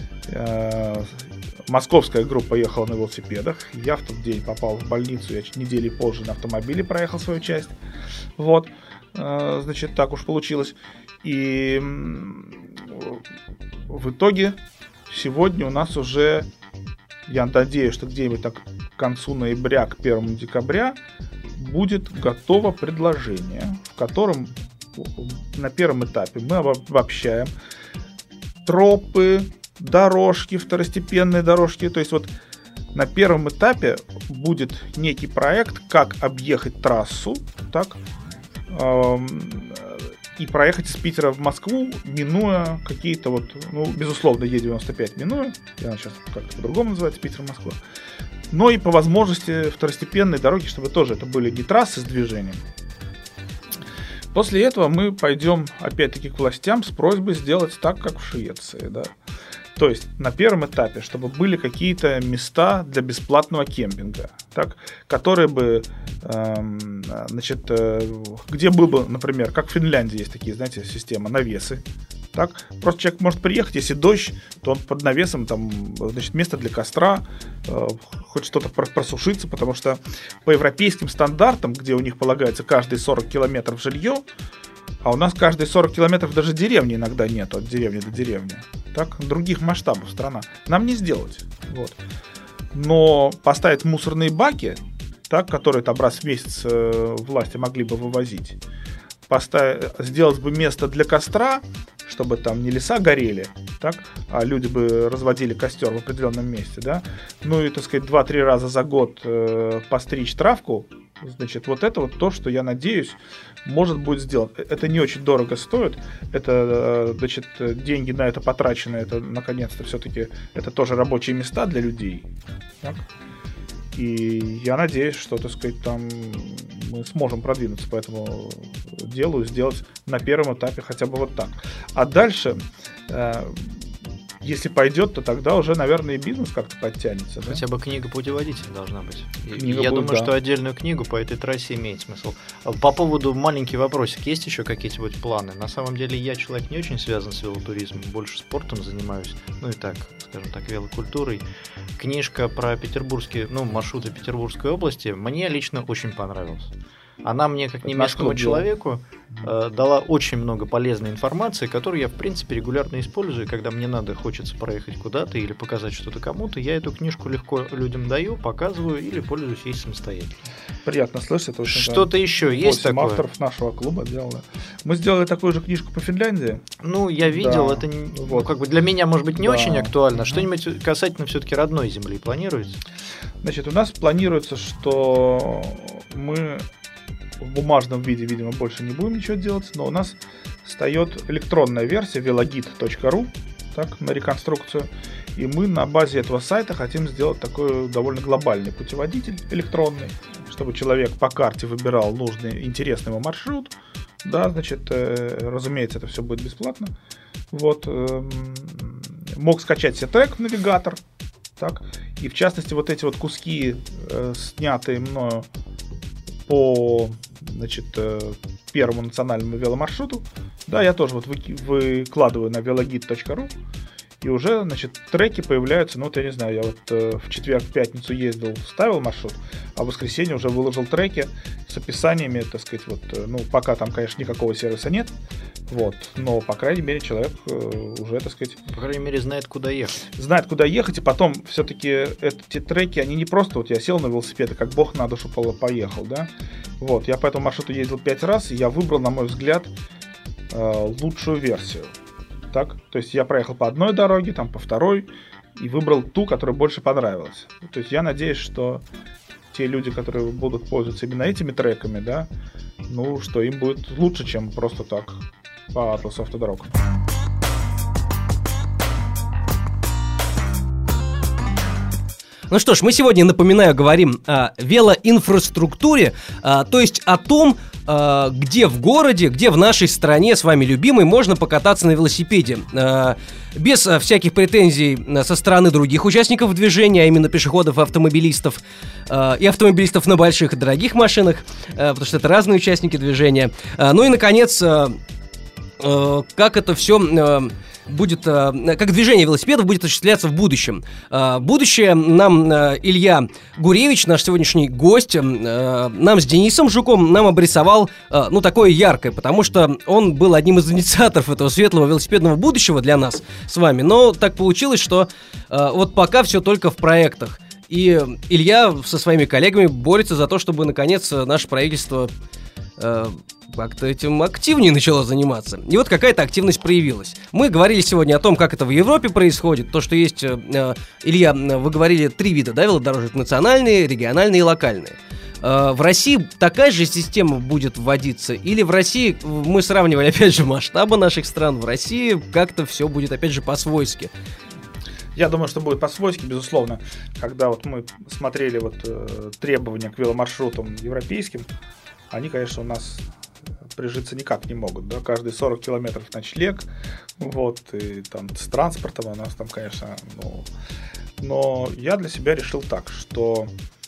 московская группа ехала на велосипедах, я в тот день попал в больницу, я недели позже на автомобиле проехал свою часть, вот, значит, так уж получилось, и в итоге сегодня у нас уже, я надеюсь, что где-нибудь так к концу ноября, к первому декабря будет готово предложение, в котором на первом этапе мы обобщаем тропы, дорожки, второстепенные дорожки. То есть вот на первом этапе будет некий проект, как объехать трассу, так, и проехать из Питера в Москву, минуя какие-то вот, ну, безусловно, Е девяносто пять минуя, я сейчас как-то по-другому называется, Питер-Москва, но и по возможности второстепенные дороги, чтобы тоже это были не трассы с движением. После этого мы пойдем опять-таки к властям с просьбой сделать так, как в Швеции, да. То есть на первом этапе, чтобы были какие-то места для бесплатного кемпинга, так, которые бы, эм, значит, э, где был бы, например, как в Финляндии есть такие, знаете, система навесы, так, просто человек может приехать, если дождь, то он под навесом, там, значит, место для костра, э, хоть что-то просушиться, потому что по европейским стандартам, где у них полагается каждые сорок километров жилье, а у нас каждые сорок километров даже деревни иногда нету, от деревни до деревни. Так, других масштабов страна. Нам не сделать. Вот. Но поставить мусорные баки, так, которые там раз в месяц э, власти могли бы вывозить, поставить, сделать бы место для костра, чтобы там не леса горели, так, а люди бы разводили костер в определенном месте, да, ну и, так сказать, два-три раза за год э, постричь травку, значит, вот это вот то, что, я надеюсь, может будет сделано. Это не очень дорого стоит, это, значит, деньги на это потрачены, это, наконец-то, все-таки, это тоже рабочие места для людей, так? И я надеюсь, что, так сказать, там мы сможем продвинуться по этому делу, сделать на первом этапе хотя бы вот так. А дальше, э, если пойдет, то тогда уже, наверное, и бизнес как-то подтянется. Хотя да? бы книга-путеводитель должна быть. Книга я будет, думаю, да. что отдельную книгу по этой трассе имеет смысл. По поводу маленький вопросик. Есть еще какие-нибудь планы? На самом деле я человек не очень связан с велотуризмом, больше спортом занимаюсь. Ну и так, скажем так, велокультурой. Книжка про петербургские, ну, маршруты Петербургской области мне лично очень понравилась. Она мне, как немецкому человеку, э, дала очень много полезной информации, которую я, в принципе, регулярно использую. Когда мне надо, хочется проехать куда-то или показать что-то кому-то, я эту книжку легко людям даю, показываю или пользуюсь ей самостоятельно. Приятно слышать. Это Что-то еще есть такое? Авторов нашего клуба делали. Мы сделали такую же книжку по Финляндии. Ну, я видел, да, это вот. Ну, как бы для меня, может быть, не да. очень актуально. Что-нибудь касательно все-таки родной земли планируется? Значит, у нас планируется, что мы в бумажном виде, видимо, больше не будем ничего делать, но у нас встает электронная версия велогид точка ру, так, на реконструкцию, и мы на базе этого сайта хотим сделать такой довольно глобальный путеводитель электронный, чтобы человек по карте выбирал нужный, интересный ему маршрут, да, значит, э, разумеется, это все будет бесплатно, вот, э, мог скачать себе трек в навигатор, Так? И в частности, вот эти вот куски, э, снятые мною по, значит, э, первому национальному веломаршруту, да, я тоже вот вы, выкладываю на велогид точка ру, и уже, значит, треки появляются, ну, вот я не знаю, я вот э, в четверг, в пятницу ездил, ставил маршрут, а в воскресенье уже выложил треки с описаниями, так сказать, вот, э, ну, пока там, конечно, никакого сервиса нет, вот, но, по крайней мере, человек э, уже, так сказать... По крайней мере, знает, куда ехать. Знает, куда ехать, и потом все-таки эти треки, они не просто, вот я сел на велосипед, и как бог на душу поехал, да, вот, я по этому маршруту ездил пять раз, и я выбрал, на мой взгляд, э, лучшую версию. Так, то есть я проехал по одной дороге, там по второй, и выбрал ту, которая больше понравилась. То есть я надеюсь, что те люди, которые будут пользоваться именно этими треками, да, ну, что им будет лучше, чем просто так по атласу автодорог. Ну что ж, мы сегодня, напоминаю, говорим о велоинфраструктуре, а, то есть о том, а, где в городе, где в нашей стране с вами любимой можно покататься на велосипеде. А, без а, всяких претензий со стороны других участников движения, а именно пешеходов и автомобилистов, а, и автомобилистов на больших и дорогих машинах, а, потому что это разные участники движения. А, ну и, наконец, а, а, как это все... А, будет, как движение велосипедов будет осуществляться в будущем. Будущее нам Илья Гуревич, наш сегодняшний гость, нам с Денисом Жуком нам обрисовал, ну, такое яркое, потому что он был одним из инициаторов этого светлого велосипедного будущего для нас с вами, но так получилось, что вот пока все только в проектах. И Илья со своими коллегами борется за то, чтобы, наконец, наше правительство как-то этим активнее начало заниматься. И вот какая-то активность проявилась. Мы говорили сегодня о том, как это в Европе происходит. То, что есть, э, Илья, вы говорили, три вида, да, велодорожек: национальные, региональные и локальные. Э, в России такая же система будет вводиться? Или в России, мы сравнивали, опять же, масштабы наших стран, в России как-то все будет, опять же, по-свойски? Я думаю, что будет по-свойски, безусловно. Когда вот мы смотрели вот, э, требования к веломаршрутам европейским, они, конечно, у нас прижиться никак не могут, да, каждые сорок километров ночлег, вот, и там с транспортом у нас там, конечно, ну, но я для себя решил так, что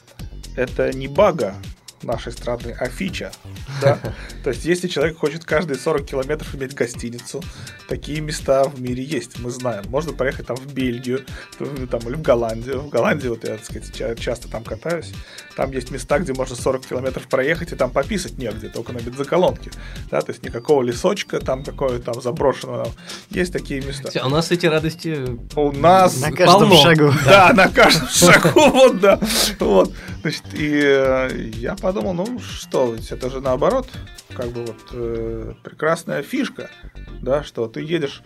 это не бага нашей страны, а фича, да, то есть если человек хочет каждые сорок километров иметь гостиницу, такие места в мире есть, мы знаем, можно поехать там в Бельгию, там, или в Голландию, в Голландии, вот я, так сказать, часто там катаюсь, там есть места, где можно сорок километров проехать, и там пописать негде, только на бензоколонке, да, то есть никакого лесочка, там какое-то там заброшенного, есть такие места. У нас эти радости у нас на каждом полно. Шагу. Да, на каждом шагу, вот, да, вот, значит, и я подумал, ну что, ведь это же наоборот, как бы вот э, прекрасная фишка, да, что ты едешь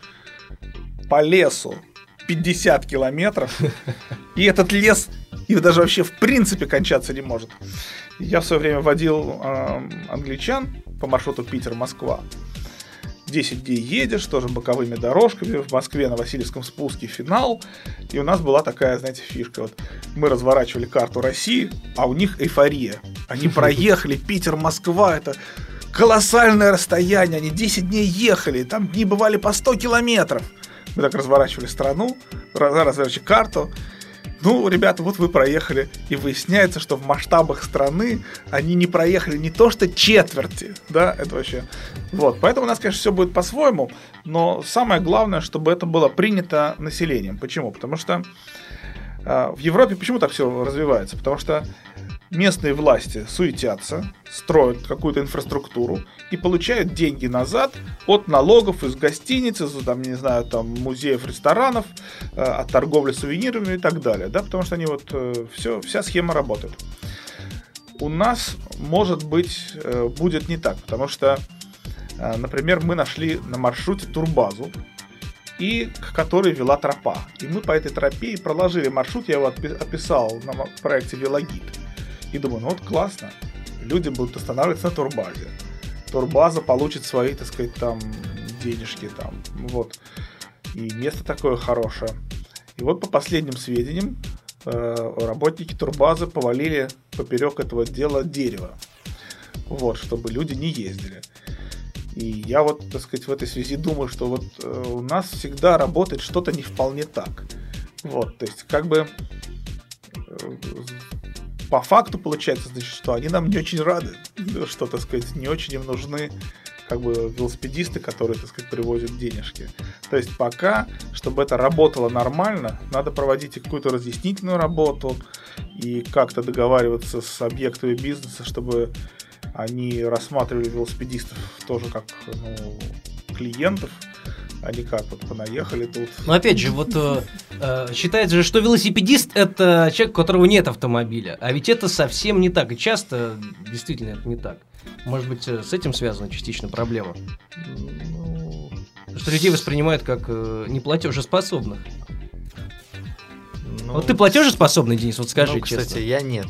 по лесу пятьдесят километров, и этот лес и даже вообще в принципе кончаться не может. Я в свое время водил э, англичан по маршруту Питер-Москва. десять дней едешь, тоже боковыми дорожками, в Москве на Васильевском спуске финал, и у нас была такая, знаете, фишка, вот мы разворачивали карту России, а у них эйфория, они проехали Питер-Москва, это колоссальное расстояние, они десять дней ехали, там дни бывали по сто километров, мы так разворачивали страну, разворачивали карту. Ну, ребята, вот вы проехали, и выясняется, что в масштабах страны они не проехали не то что четверти, да, это вообще, вот, поэтому у нас, конечно, все будет по-своему, но самое главное, чтобы это было принято населением. Почему? Потому что э, в Европе почему так все развивается? Потому что местные власти суетятся, строят какую-то инфраструктуру и получают деньги назад от налогов из гостиниц, из, там, не знаю, там, музеев, ресторанов, э, от торговли сувенирами и так далее, да, потому что они вот, э, все, вся схема работает. У нас, может быть, э, будет не так, потому что, э, например, мы нашли на маршруте турбазу, и к которой вела тропа, и мы по этой тропе и проложили маршрут, я его описал на проекте «Велогид». И думаю, ну вот классно, люди будут останавливаться на турбазе. Турбаза получит свои, так сказать, там, денежки, там, вот. И место такое хорошее. И вот по последним сведениям, э, работники турбазы повалили поперек этого дела дерево. Вот, чтобы люди не ездили. И я вот, так сказать, в этой связи думаю, что вот э, у нас всегда работает что-то не вполне так. Вот, то есть, как бы по факту получается, значит, что они нам не очень рады, что, так сказать, не очень им нужны как бы велосипедисты, которые, так сказать, привозят денежки. То есть пока, чтобы это работало нормально, надо проводить какую-то разъяснительную работу и как-то договариваться с объектами бизнеса, чтобы они рассматривали велосипедистов тоже как, ну, клиентов, а не как вот понаехали тут. Но опять же, вот э, считается же, что велосипедист — это человек, у которого нет автомобиля. А ведь это совсем не так. И часто действительно это не так. Может быть, с этим связана частично проблема? Ну, что людей воспринимают как э, неплатежеспособных. Ну, вот ты платежеспособный, Денис, вот скажи, ну, кстати, честно. я нет.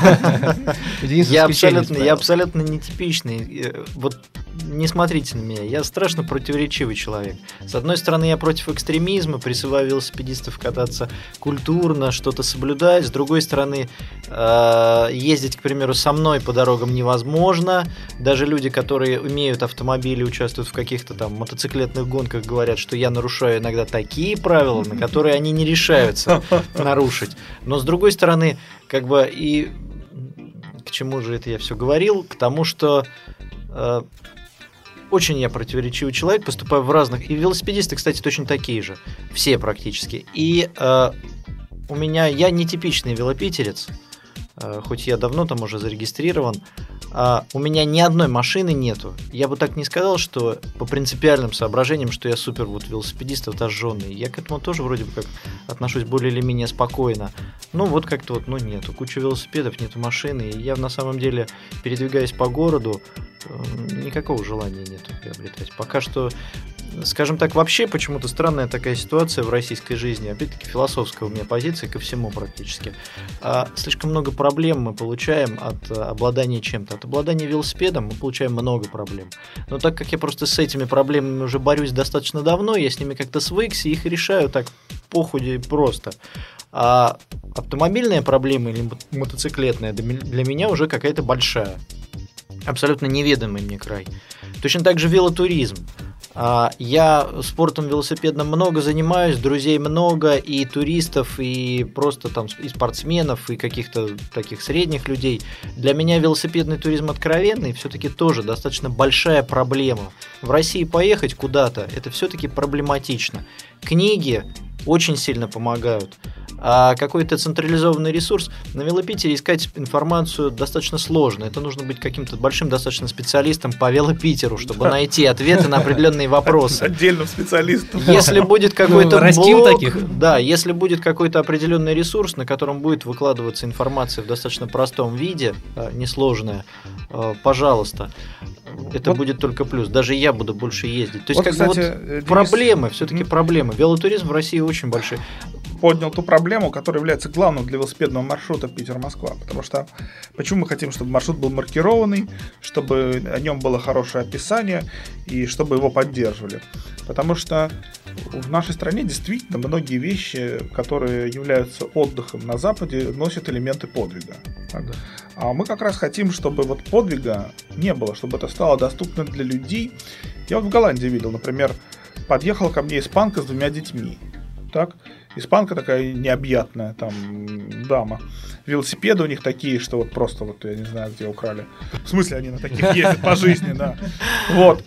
Я абсолютно, я абсолютно нетипичный. Вот не смотрите на меня, я страшно противоречивый человек. С одной стороны, я против экстремизма, призываю велосипедистов кататься культурно, что-то соблюдать. С другой стороны, ездить, к примеру, со мной по дорогам невозможно. Даже люди, которые имеют автомобили, участвуют в каких-то там мотоциклетных гонках, говорят, что я нарушаю иногда такие правила, на которые они не решаются нарушить. Но с другой стороны, как бы и к чему же это я все говорил? К тому, что э, очень я противоречивый человек, поступаю в разных... И велосипедисты, кстати, точно такие же. Все практически. И э, у меня... Я не типичный велопитерец, э, хоть я давно там уже зарегистрирован. Uh, у меня ни одной машины нету. Я бы так не сказал, что по принципиальным соображениям, что я супер вот велосипедист отожженный. Я к этому тоже вроде бы как отношусь более или менее спокойно. Ну вот как-то вот, ну нету. Куча велосипедов, нету машины. И я на самом деле, передвигаясь по городу, никакого желания нету приобретать. Пока что, скажем так, вообще почему-то странная такая ситуация в российской жизни. Опять-таки философская у меня позиция ко всему практически. А слишком много проблем мы получаем от обладания чем-то. От обладания велосипедом мы получаем много проблем. Но так как я просто с этими проблемами уже борюсь достаточно давно, я с ними как-то свыкся и их решаю так походе и просто. А автомобильная проблема или мотоциклетная для меня уже какая-то большая. Абсолютно неведомый мне край. Точно так же велотуризм. Я спортом велосипедным много занимаюсь, друзей много, и туристов, и просто там и спортсменов, и каких-то таких средних людей. Для меня велосипедный туризм откровенный все-таки тоже достаточно большая проблема. В России поехать куда-то — это все-таки проблематично. Книги очень сильно помогают. А какой-то централизованный ресурс на Велопитере искать информацию достаточно сложно. Это нужно быть каким-то большим достаточно специалистом по Велопитеру, чтобы найти ответы на определенные вопросы. Отдельным специалистом. Если будет какой-то ну, блог, таких. Да, если будет какой-то определенный ресурс, на котором будет выкладываться информация в достаточно простом виде, несложная, пожалуйста. Это вот. Будет только плюс. Даже я буду больше ездить. То есть, вот, как кстати, бы вот Денис... проблемы, все-таки mm-hmm. проблемы. Велотуризм в России очень большой. Поднял ту проблему, которая является главным для велосипедного маршрута Питер-Москва. Потому что почему мы хотим, чтобы маршрут был маркированный, чтобы о нем было хорошее описание и чтобы его поддерживали. Потому что в нашей стране действительно многие вещи, которые являются отдыхом на Западе, носят элементы подвига. Так? А мы как раз хотим, чтобы вот подвига не было, чтобы это стало доступно для людей. Я вот в Голландии видел, например, подъехала ко мне испанка с двумя детьми. Так? Испанка такая необъятная там дама. Велосипеды у них такие, что вот просто вот я не знаю, где украли. В смысле, они на таких ездят по жизни, да. Вот.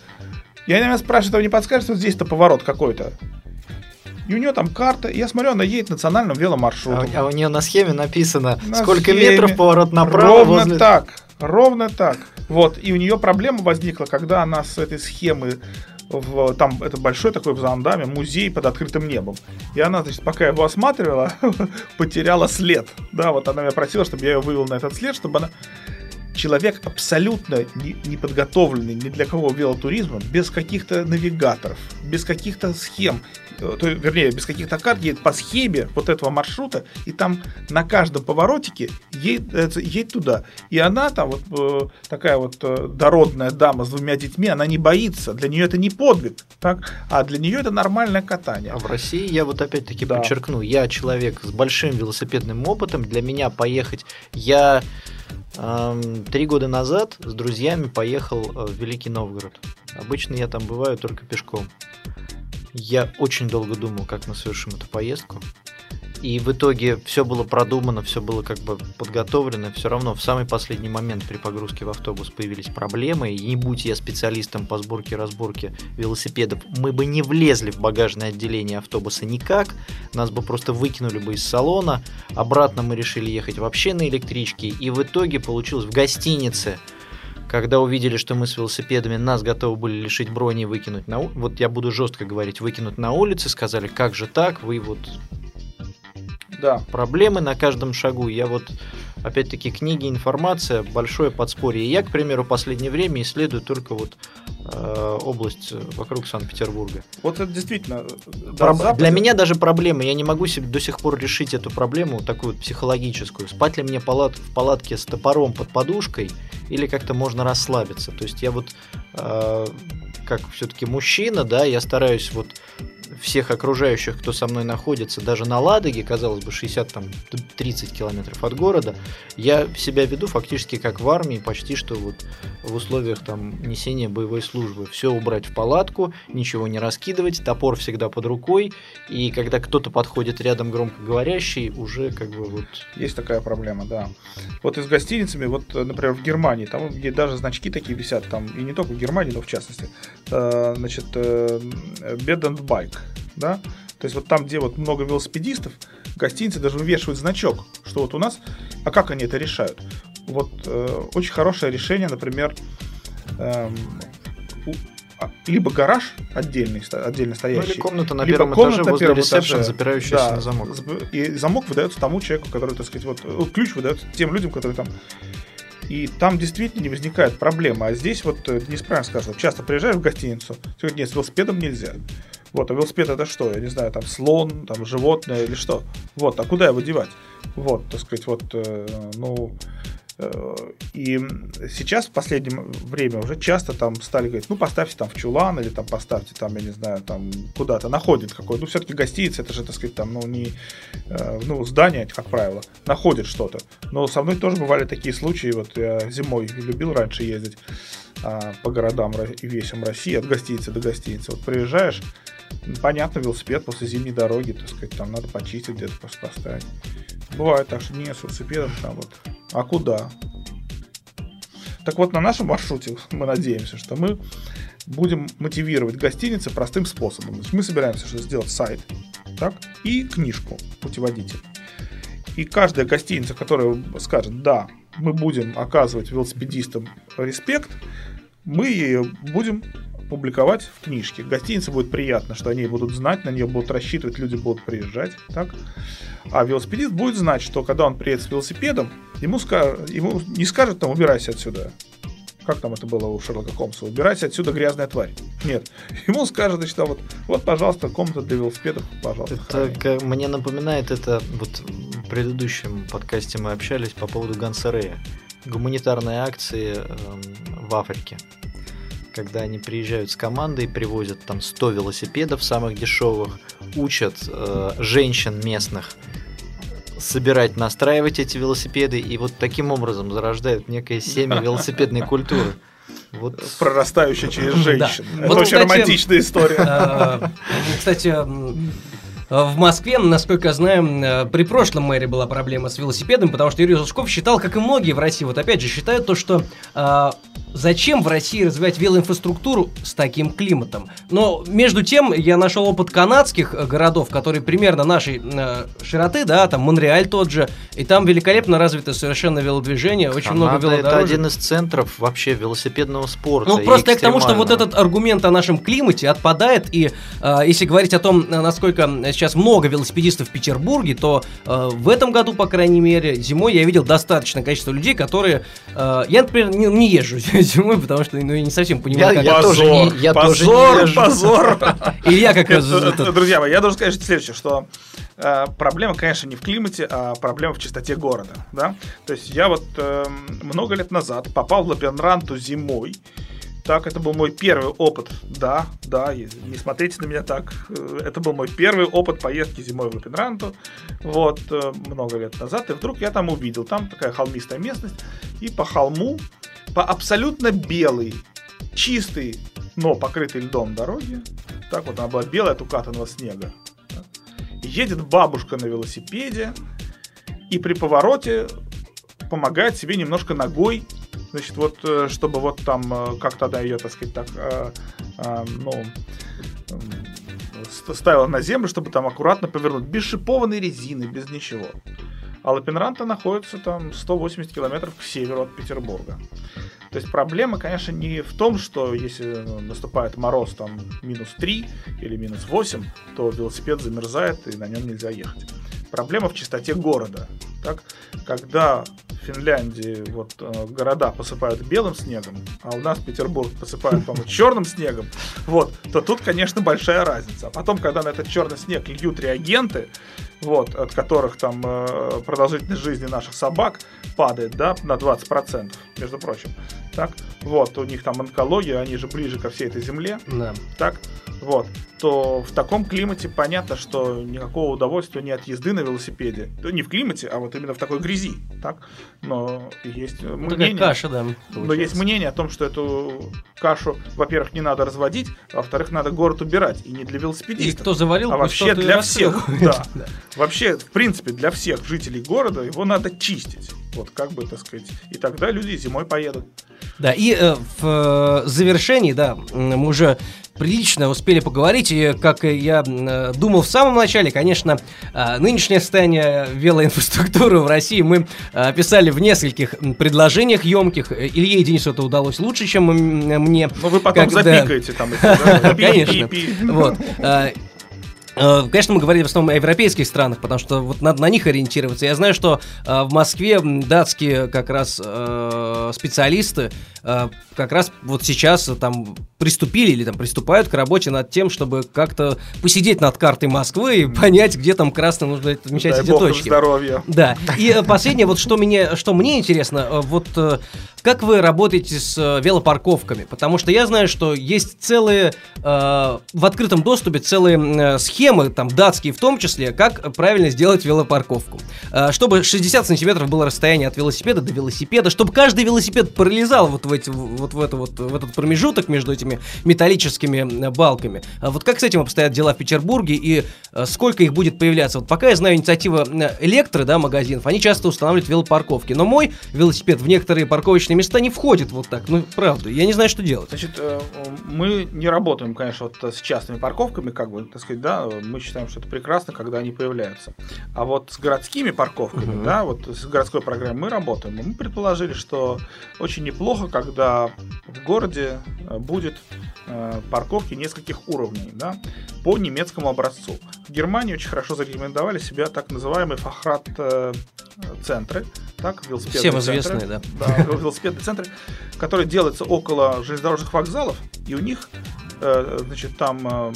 Я меня спрашиваю, вы не подскажете, вот здесь-то поворот какой-то. И у нее там карта, и я смотрю, она едет национальным веломаршрутом. А, а у нее на схеме написано, на сколько схеме метров поворот направо. Ровно возле... так, ровно так. Вот, и у нее проблема возникла, когда она с этой схемы в, там это большой такой в Заандаме музей под открытым небом. И она, значит, пока я его осматривала, потеряла след. Да, вот она меня просила, чтобы я ее вывел на этот след, чтобы она... Человек абсолютно не, не подготовленный ни для какого велотуризма, без каких-то навигаторов, без каких-то схем, то, вернее, без каких-то карт, едет по схеме вот этого маршрута, и там на каждом поворотике едет, едет туда. И она там вот э, такая вот э, дородная дама с двумя детьми, она не боится, для нее это не подвиг, так? А для нее это нормальное катание. А в России, я вот опять-таки да. подчеркну, я человек с большим велосипедным опытом, для меня поехать, я... Три года назад с друзьями поехал в Великий Новгород. Обычно я там бываю только пешком. Я очень долго думал, как мы совершим эту поездку. И в итоге все было продумано, все было как бы подготовлено. Все равно в самый последний момент при погрузке в автобус появились проблемы. И не будь я специалистом по сборке и разборке велосипедов, мы бы не влезли в багажное отделение автобуса никак. Нас бы просто выкинули бы из салона. Обратно мы решили ехать вообще на электричке. И в итоге получилось в гостинице. Когда увидели, что мы с велосипедами, нас готовы были лишить брони и выкинуть на улицу. Вот я буду жестко говорить, выкинуть на улице. Сказали, как же так, вы вот... Да. Проблемы на каждом шагу. Я вот, опять-таки, книги, информация, большое подспорье. И я, к примеру, в последнее время исследую только вот э, область вокруг Санкт-Петербурга. Вот это действительно... Проб... Да, Для меня даже проблема. Я не могу себе до сих пор решить эту проблему, такую вот психологическую. Спать ли мне палат... в палатке с топором под подушкой или как-то можно расслабиться. То есть я вот, э, как все-таки мужчина, да, я стараюсь вот... всех окружающих, кто со мной находится, даже на Ладоге, казалось бы, шестьдесят-тридцать километров от города, я себя веду фактически как в армии, почти что вот в условиях там несения боевой службы. Все убрать в палатку, ничего не раскидывать, топор всегда под рукой, и когда кто-то подходит рядом громкоговорящий, уже как бы вот... Есть такая проблема, да. Вот и с гостиницами, вот, например, в Германии, там где даже значки такие висят, там, и не только в Германии, но в частности, значит, bed and bike. Да? То есть вот там, где вот много велосипедистов, гостиницы даже вывешивают значок, что вот у нас, а как они это решают? Вот э, очень хорошее решение, например, э, у, либо гараж отдельный, отдельно стоящий, ну, или комната на первом этаже возле ресепшн, запирающаяся, да, на замок. И замок выдается тому человеку, который, так сказать, вот ключ выдается тем людям, которые там. И там действительно не возникает проблемы. А здесь вот, Денис правильно сказал, часто приезжаешь в гостиницу, ты говоришь, нет, с велосипедом нельзя. Вот, а велосипед это что? Я не знаю, там слон, там животное или что? Вот, а куда его девать? Вот, так сказать, вот, э, ну... Э, и сейчас в последнее время уже часто там стали говорить, ну, поставьте там в чулан или там поставьте там, я не знаю, там куда-то, находит какой. Ну, все-таки гостиница, это же, так сказать, там, ну, не... Э, ну, здание, как правило, находит что-то. Но со мной тоже бывали такие случаи, вот я зимой любил раньше ездить а, по городам и весям России, от гостиницы до гостиницы. Вот приезжаешь, понятно, велосипед после зимней дороги, так сказать, там надо почистить, где-то просто поставить. Бывает так, что не с велосипедом там вот. А куда? Так вот, на нашем маршруте мы надеемся, что мы будем мотивировать гостиницы простым способом. То есть мы собираемся что сделать сайт, так, и книжку, путеводитель. И каждая гостиница, которая скажет, да, мы будем оказывать велосипедистам респект, мы ее будем публиковать в книжке. Гостинице будет приятно, что они будут знать, на нее будут рассчитывать, люди будут приезжать. Так? А велосипедист будет знать, что когда он приедет с велосипедом, ему, скажут, ему не скажут, там, убирайся отсюда. Как там это было у Шерлока Холмса? Убирайся отсюда, грязная тварь. Нет. Ему скажут, что вот, вот, пожалуйста, комната для велосипедов, пожалуйста. Это как, мне напоминает это, вот в предыдущем подкасте мы общались по поводу Гансарея. Гуманитарные акции э, в Африке. Когда они приезжают с командой, привозят там сто велосипедов самых дешевых, учат э, женщин местных собирать, настраивать эти велосипеды, и вот таким образом зарождают некое семя велосипедной культуры. Вот. Прорастающая через женщин. Да. Это вот, очень кстати, романтичная история. Кстати, в Москве, насколько я знаю, при прошлом мэре была проблема с велосипедом, потому что Юрий Лужков считал, как и многие в России, вот опять же считают то, что э, зачем в России развивать велоинфраструктуру с таким климатом. Но между тем я нашел опыт канадских городов, которые примерно нашей э, широты, да, там Монреаль тот же, и там великолепно развито совершенно велодвижение, очень Канада много велодорожек. Это один из центров вообще велосипедного спорта. Ну просто я к тому, что вот этот аргумент о нашем климате отпадает, и э, если говорить о том, насколько сейчас много велосипедистов в Петербурге, то э, в этом году, по крайней мере, зимой я видел достаточное количество людей, которые... Э, я, например, не, не езжу зимой, потому что ну, я не совсем понимаю, я, как... Я позор, тоже не, я позор, тоже не езжу. позор. Илья как раз... Друзья мои, я должен сказать следующее, что э, проблема, конечно, не в климате, а проблема в чистоте города. Да? То есть я вот э, много лет назад попал в Лапенранту зимой. Так, это был мой первый опыт, да, да, не смотрите на меня так, это был мой первый опыт поездки зимой в Лапенранту, вот, много лет назад, и вдруг я там увидел, там такая холмистая местность, и по холму, по абсолютно белой, чистой, но покрытой льдом дороге, так вот она была белая от укатанного снега, и едет бабушка на велосипеде и при повороте помогает себе немножко ногой, значит, вот, чтобы вот там как-то она ее, так сказать, так, э, э, ну, э, ставила на землю, чтобы там аккуратно повернуть, без шипованной резины, без ничего. А Лапинранта находится там сто восемьдесят километров к северу от Петербурга. То есть проблема, конечно, не в том, что если наступает мороз там минус три или минус восемь, то велосипед замерзает и на нем нельзя ехать. Проблема в чистоте города. Так? Когда в Финляндии вот, э, города посыпают белым снегом, а у нас Петербург посыпают, по-моему, черным снегом, вот, то тут, конечно, большая разница. А потом, когда на этот черный снег льют реагенты, вот, от которых там э, продолжительность жизни наших собак падает, да, на двадцать процентов, между прочим, так, вот, у них там онкология, они же ближе ко всей этой земле, да. Так, вот, то в таком климате понятно, что никакого удовольствия не от езды на велосипеде, то не в климате, а вот именно в такой грязи, так, но есть ну, мнение, каша, да, но есть мнение о том, что эту кашу, во-первых, не надо разводить, а во-вторых, надо город убирать, и не для велосипедистов, и кто заварил, а вообще для всех, да. да. Вообще, в принципе, для всех жителей города его надо чистить. Вот, как бы, так сказать. И тогда люди зимой поедут. Да, и э, в э, завершении, да, мы уже прилично успели поговорить, и, как я э, думал в самом начале, конечно, э, нынешнее состояние велоинфраструктуры в России мы э, описали в нескольких предложениях емких. Илье и Денису это удалось лучше, чем мне. Но вы потом когда... запикаете там. Конечно. Вот. Конечно, мы говорили в основном о европейских странах, потому что вот надо на них ориентироваться. Я знаю, что э, в Москве датские как раз э, специалисты э, как раз вот сейчас там приступили или там приступают к работе над тем, чтобы как-то посидеть над картой Москвы и понять, где там красно нужно отмечать Дай эти бог точки. Здоровья. Да. И э, последнее, вот что мне, что мне интересно, э, вот э, как вы работаете с э, велопарковками? Потому что я знаю, что есть целые э, в открытом доступе целые э, схемы, там датские в том числе, как правильно сделать велопарковку. Чтобы шестьдесят сантиметров было расстояние от велосипеда до велосипеда, чтобы каждый велосипед пролезал вот в, эти, вот в, это вот, в этот промежуток между этими металлическими балками. Вот как с этим обстоят дела в Петербурге и сколько их будет появляться? Вот пока я знаю инициатива Электро, да, магазинов, они часто устанавливают велопарковки, но мой велосипед в некоторые парковочные места не входит вот так, ну правда, я не знаю, что делать. Значит, мы не работаем, конечно, вот с частными парковками, как бы, так сказать, да, мы считаем, что это прекрасно, когда они появляются. А вот с городскими парковками, uh-huh. да, вот с городской программой мы работаем. Мы предположили, что очень неплохо, когда в городе будет э, парковки нескольких уровней, да, по немецкому образцу. В Германии очень хорошо зарекомендовали себя так называемые фахрат-центры, так, велосипедные Всем известные, центры, да. да, велосипедные центры, которые делаются около железнодорожных вокзалов, и у них, э, значит, там э,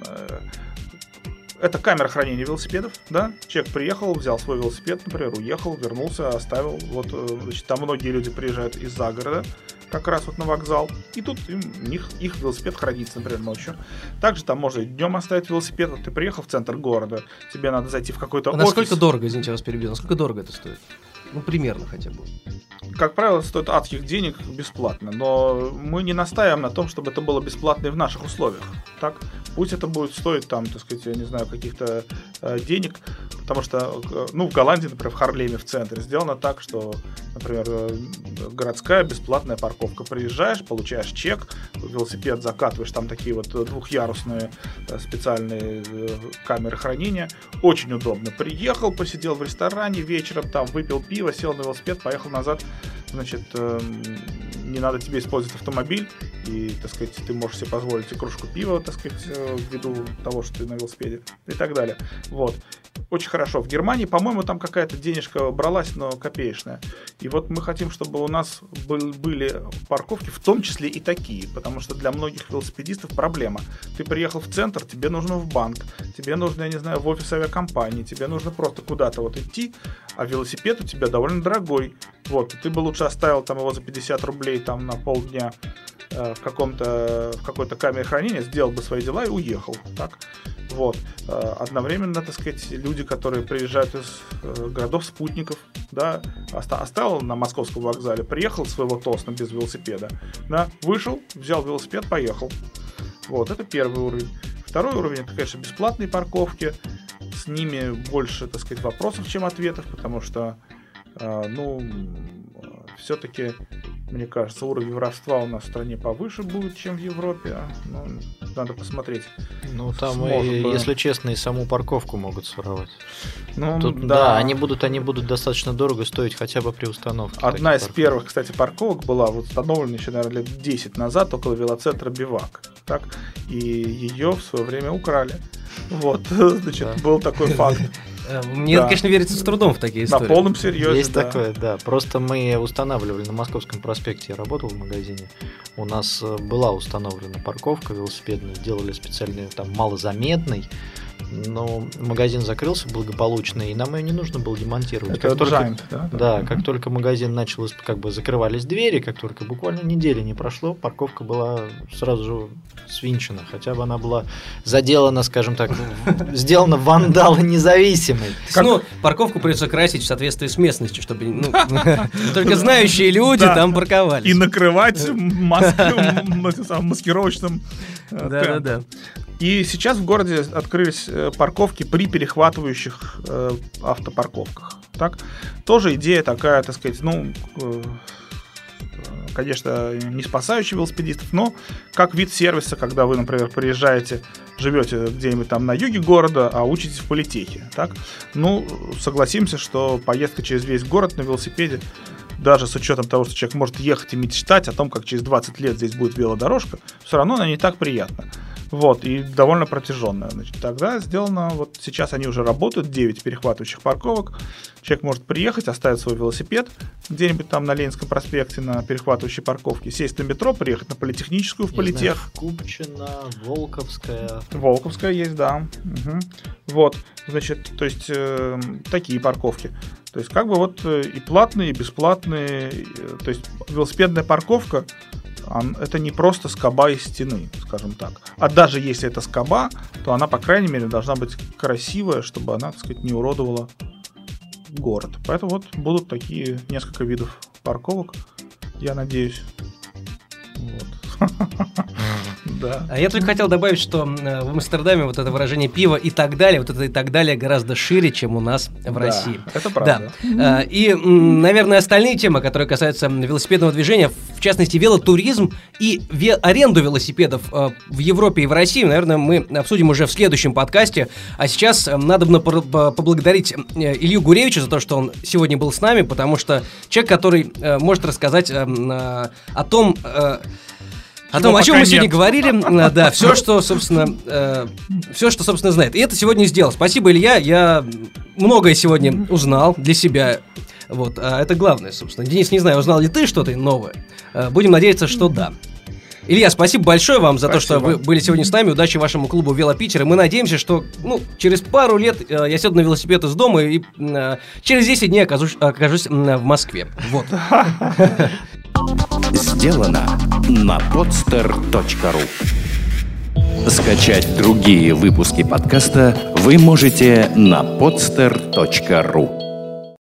это камера хранения велосипедов, да, человек приехал, взял свой велосипед, например, уехал, вернулся, оставил, вот, значит, там многие люди приезжают из-за города, как раз вот на вокзал, и тут им, их, их велосипед хранится, например, ночью. Также там можно днем оставить велосипед, вот ты приехал в центр города, тебе надо зайти в какой-то а офис. Насколько дорого, извините, я вас перебил, насколько дорого это стоит? Ну, примерно хотя бы. Как правило, стоит адских денег бесплатно, но мы не настаиваем на том, чтобы это было бесплатно и в наших условиях. Так? Пусть это будет стоить, там, так сказать, я не знаю, каких-то э, денег, потому что, э, ну, в Голландии, например, в Харлеме в центре сделано так, что, например, э, городская бесплатная парковка. Приезжаешь, получаешь чек, велосипед закатываешь, там такие вот двухъярусные э, специальные э, камеры хранения. Очень удобно. Приехал, посидел в ресторане вечером, там, выпил пиво, сел на велосипед, поехал назад. Значит, э, не надо тебе использовать автомобиль, и, так сказать, ты можешь себе позволить и кружку пива, так сказать, э, ввиду того, что ты на велосипеде, и так далее. Вот. Очень хорошо. В Германии, по-моему, там какая-то денежка бралась, но копеечная. И вот мы хотим, чтобы у нас был, были парковки, в том числе и такие, потому что для многих велосипедистов проблема. Ты приехал в центр, тебе нужно в банк, тебе нужно, я не знаю, в офис авиакомпании, тебе нужно просто куда-то вот идти, а велосипед у тебя довольно дорогой. Вот, ты бы лучше оставил там его за пятьдесят рублей там на полдня э, в каком-то, в какой-то камере хранения, сделал бы свои дела и уехал, так? Вот. Э, одновременно, так сказать, люди, которые приезжают из э, городов-спутников, да, оста- оставил на московском вокзале, приехал с своего Тосна без велосипеда, да, вышел, взял велосипед, поехал. Вот, это первый уровень. Второй уровень, это, конечно, бесплатные парковки с ними больше, так сказать, вопросов, чем ответов, потому что, ну, все-таки, мне кажется, уровень воровства у нас в стране повыше будет, чем в Европе. Ну, надо посмотреть. Ну, там, и, бы... если честно, и саму парковку могут своровать. Ну, Тут, да. да, они будут, они будут достаточно дорого стоить хотя бы при установке. Одна из парковок. первых, кстати, парковок была вот установлена еще, наверное, лет десять назад около велоцентра «Бивак». Так? И ее в свое время украли. Вот, значит, да. Был такой факт. Мне, да. конечно, верится с трудом в такие истории. На полном серьезе, Есть да. такое, да. Просто мы устанавливали на Московском проспекте, я работал в магазине, у нас была установлена парковка велосипедная, сделали специальный, там, малозаметный, но магазин закрылся благополучно, и нам ее не нужно было демонтировать. Это как только, Giant, да? Да, угу. Как только магазин начал, как бы закрывались двери, как только буквально недели не прошло, парковка была сразу же свинчена, хотя бы она была заделана, скажем так, сделана вандалы независимой. Ну, парковку придется красить в соответствии с местностью, чтобы только знающие люди там парковались. И накрывать маскировочным. Да-да-да. И сейчас в городе открылись парковки при перехватывающих э, автопарковках. Так? Тоже идея такая, так сказать, ну, э, конечно, не спасающая велосипедистов, но как вид сервиса, когда вы, например, приезжаете, живете где-нибудь там на юге города, а учитесь в политехе. Так? Ну, согласимся, что поездка через весь город на велосипеде, даже с учетом того, что человек может ехать и мечтать о том, как через двадцать лет здесь будет велодорожка, все равно она не так приятна. Вот, и довольно протяженная. Значит, тогда сделано, вот сейчас они уже работают, девять перехватывающих парковок. Человек может приехать, оставить свой велосипед где-нибудь там на Ленинском проспекте на перехватывающей парковке, сесть на метро, приехать на Политехническую в Политех. Знаю, Купчино, Волковская. Волковская есть, да. Угу. Вот, значит, то есть э, такие парковки. То есть как бы вот э, и платные, и бесплатные. Э, то есть велосипедная парковка, это не просто скоба из стены, скажем так. А даже если это скоба, то она, по крайней мере, должна быть красивая, чтобы она, так сказать, не уродовала город. Поэтому вот будут такие несколько видов парковок, я надеюсь. Вот. Да. А я только хотел добавить, что в Амстердаме вот это выражение пиво и так далее, вот это и так далее гораздо шире, чем у нас в да, России. Это правда. Да. И, наверное, остальные темы, которые касаются велосипедного движения, в частности, велотуризм и ве- аренду велосипедов в Европе и в России, наверное, мы обсудим уже в следующем подкасте. А сейчас надо бы поблагодарить Илью Гуревича за то, что он сегодня был с нами, потому что человек, который может рассказать о том, О том, о чем мы сегодня нет. говорили, да, все, что, собственно, э, все, что, собственно, знает. И это сегодня сделал. Спасибо, Илья, я многое сегодня узнал для себя. Вот, а это главное, собственно. Денис, не знаю, узнал ли ты что-то новое? Будем надеяться, что да. Илья, спасибо большое вам за спасибо. то, что вы были сегодня с нами. Удачи вашему клубу «Велопитер». И мы надеемся, что ну, через пару лет э, я сяду на велосипед из дома и э, через десять дней окажусь, окажусь э, в Москве. Вот. Сделано на подстер точка ру. Скачать другие выпуски подкаста вы можете на подстер точка ру.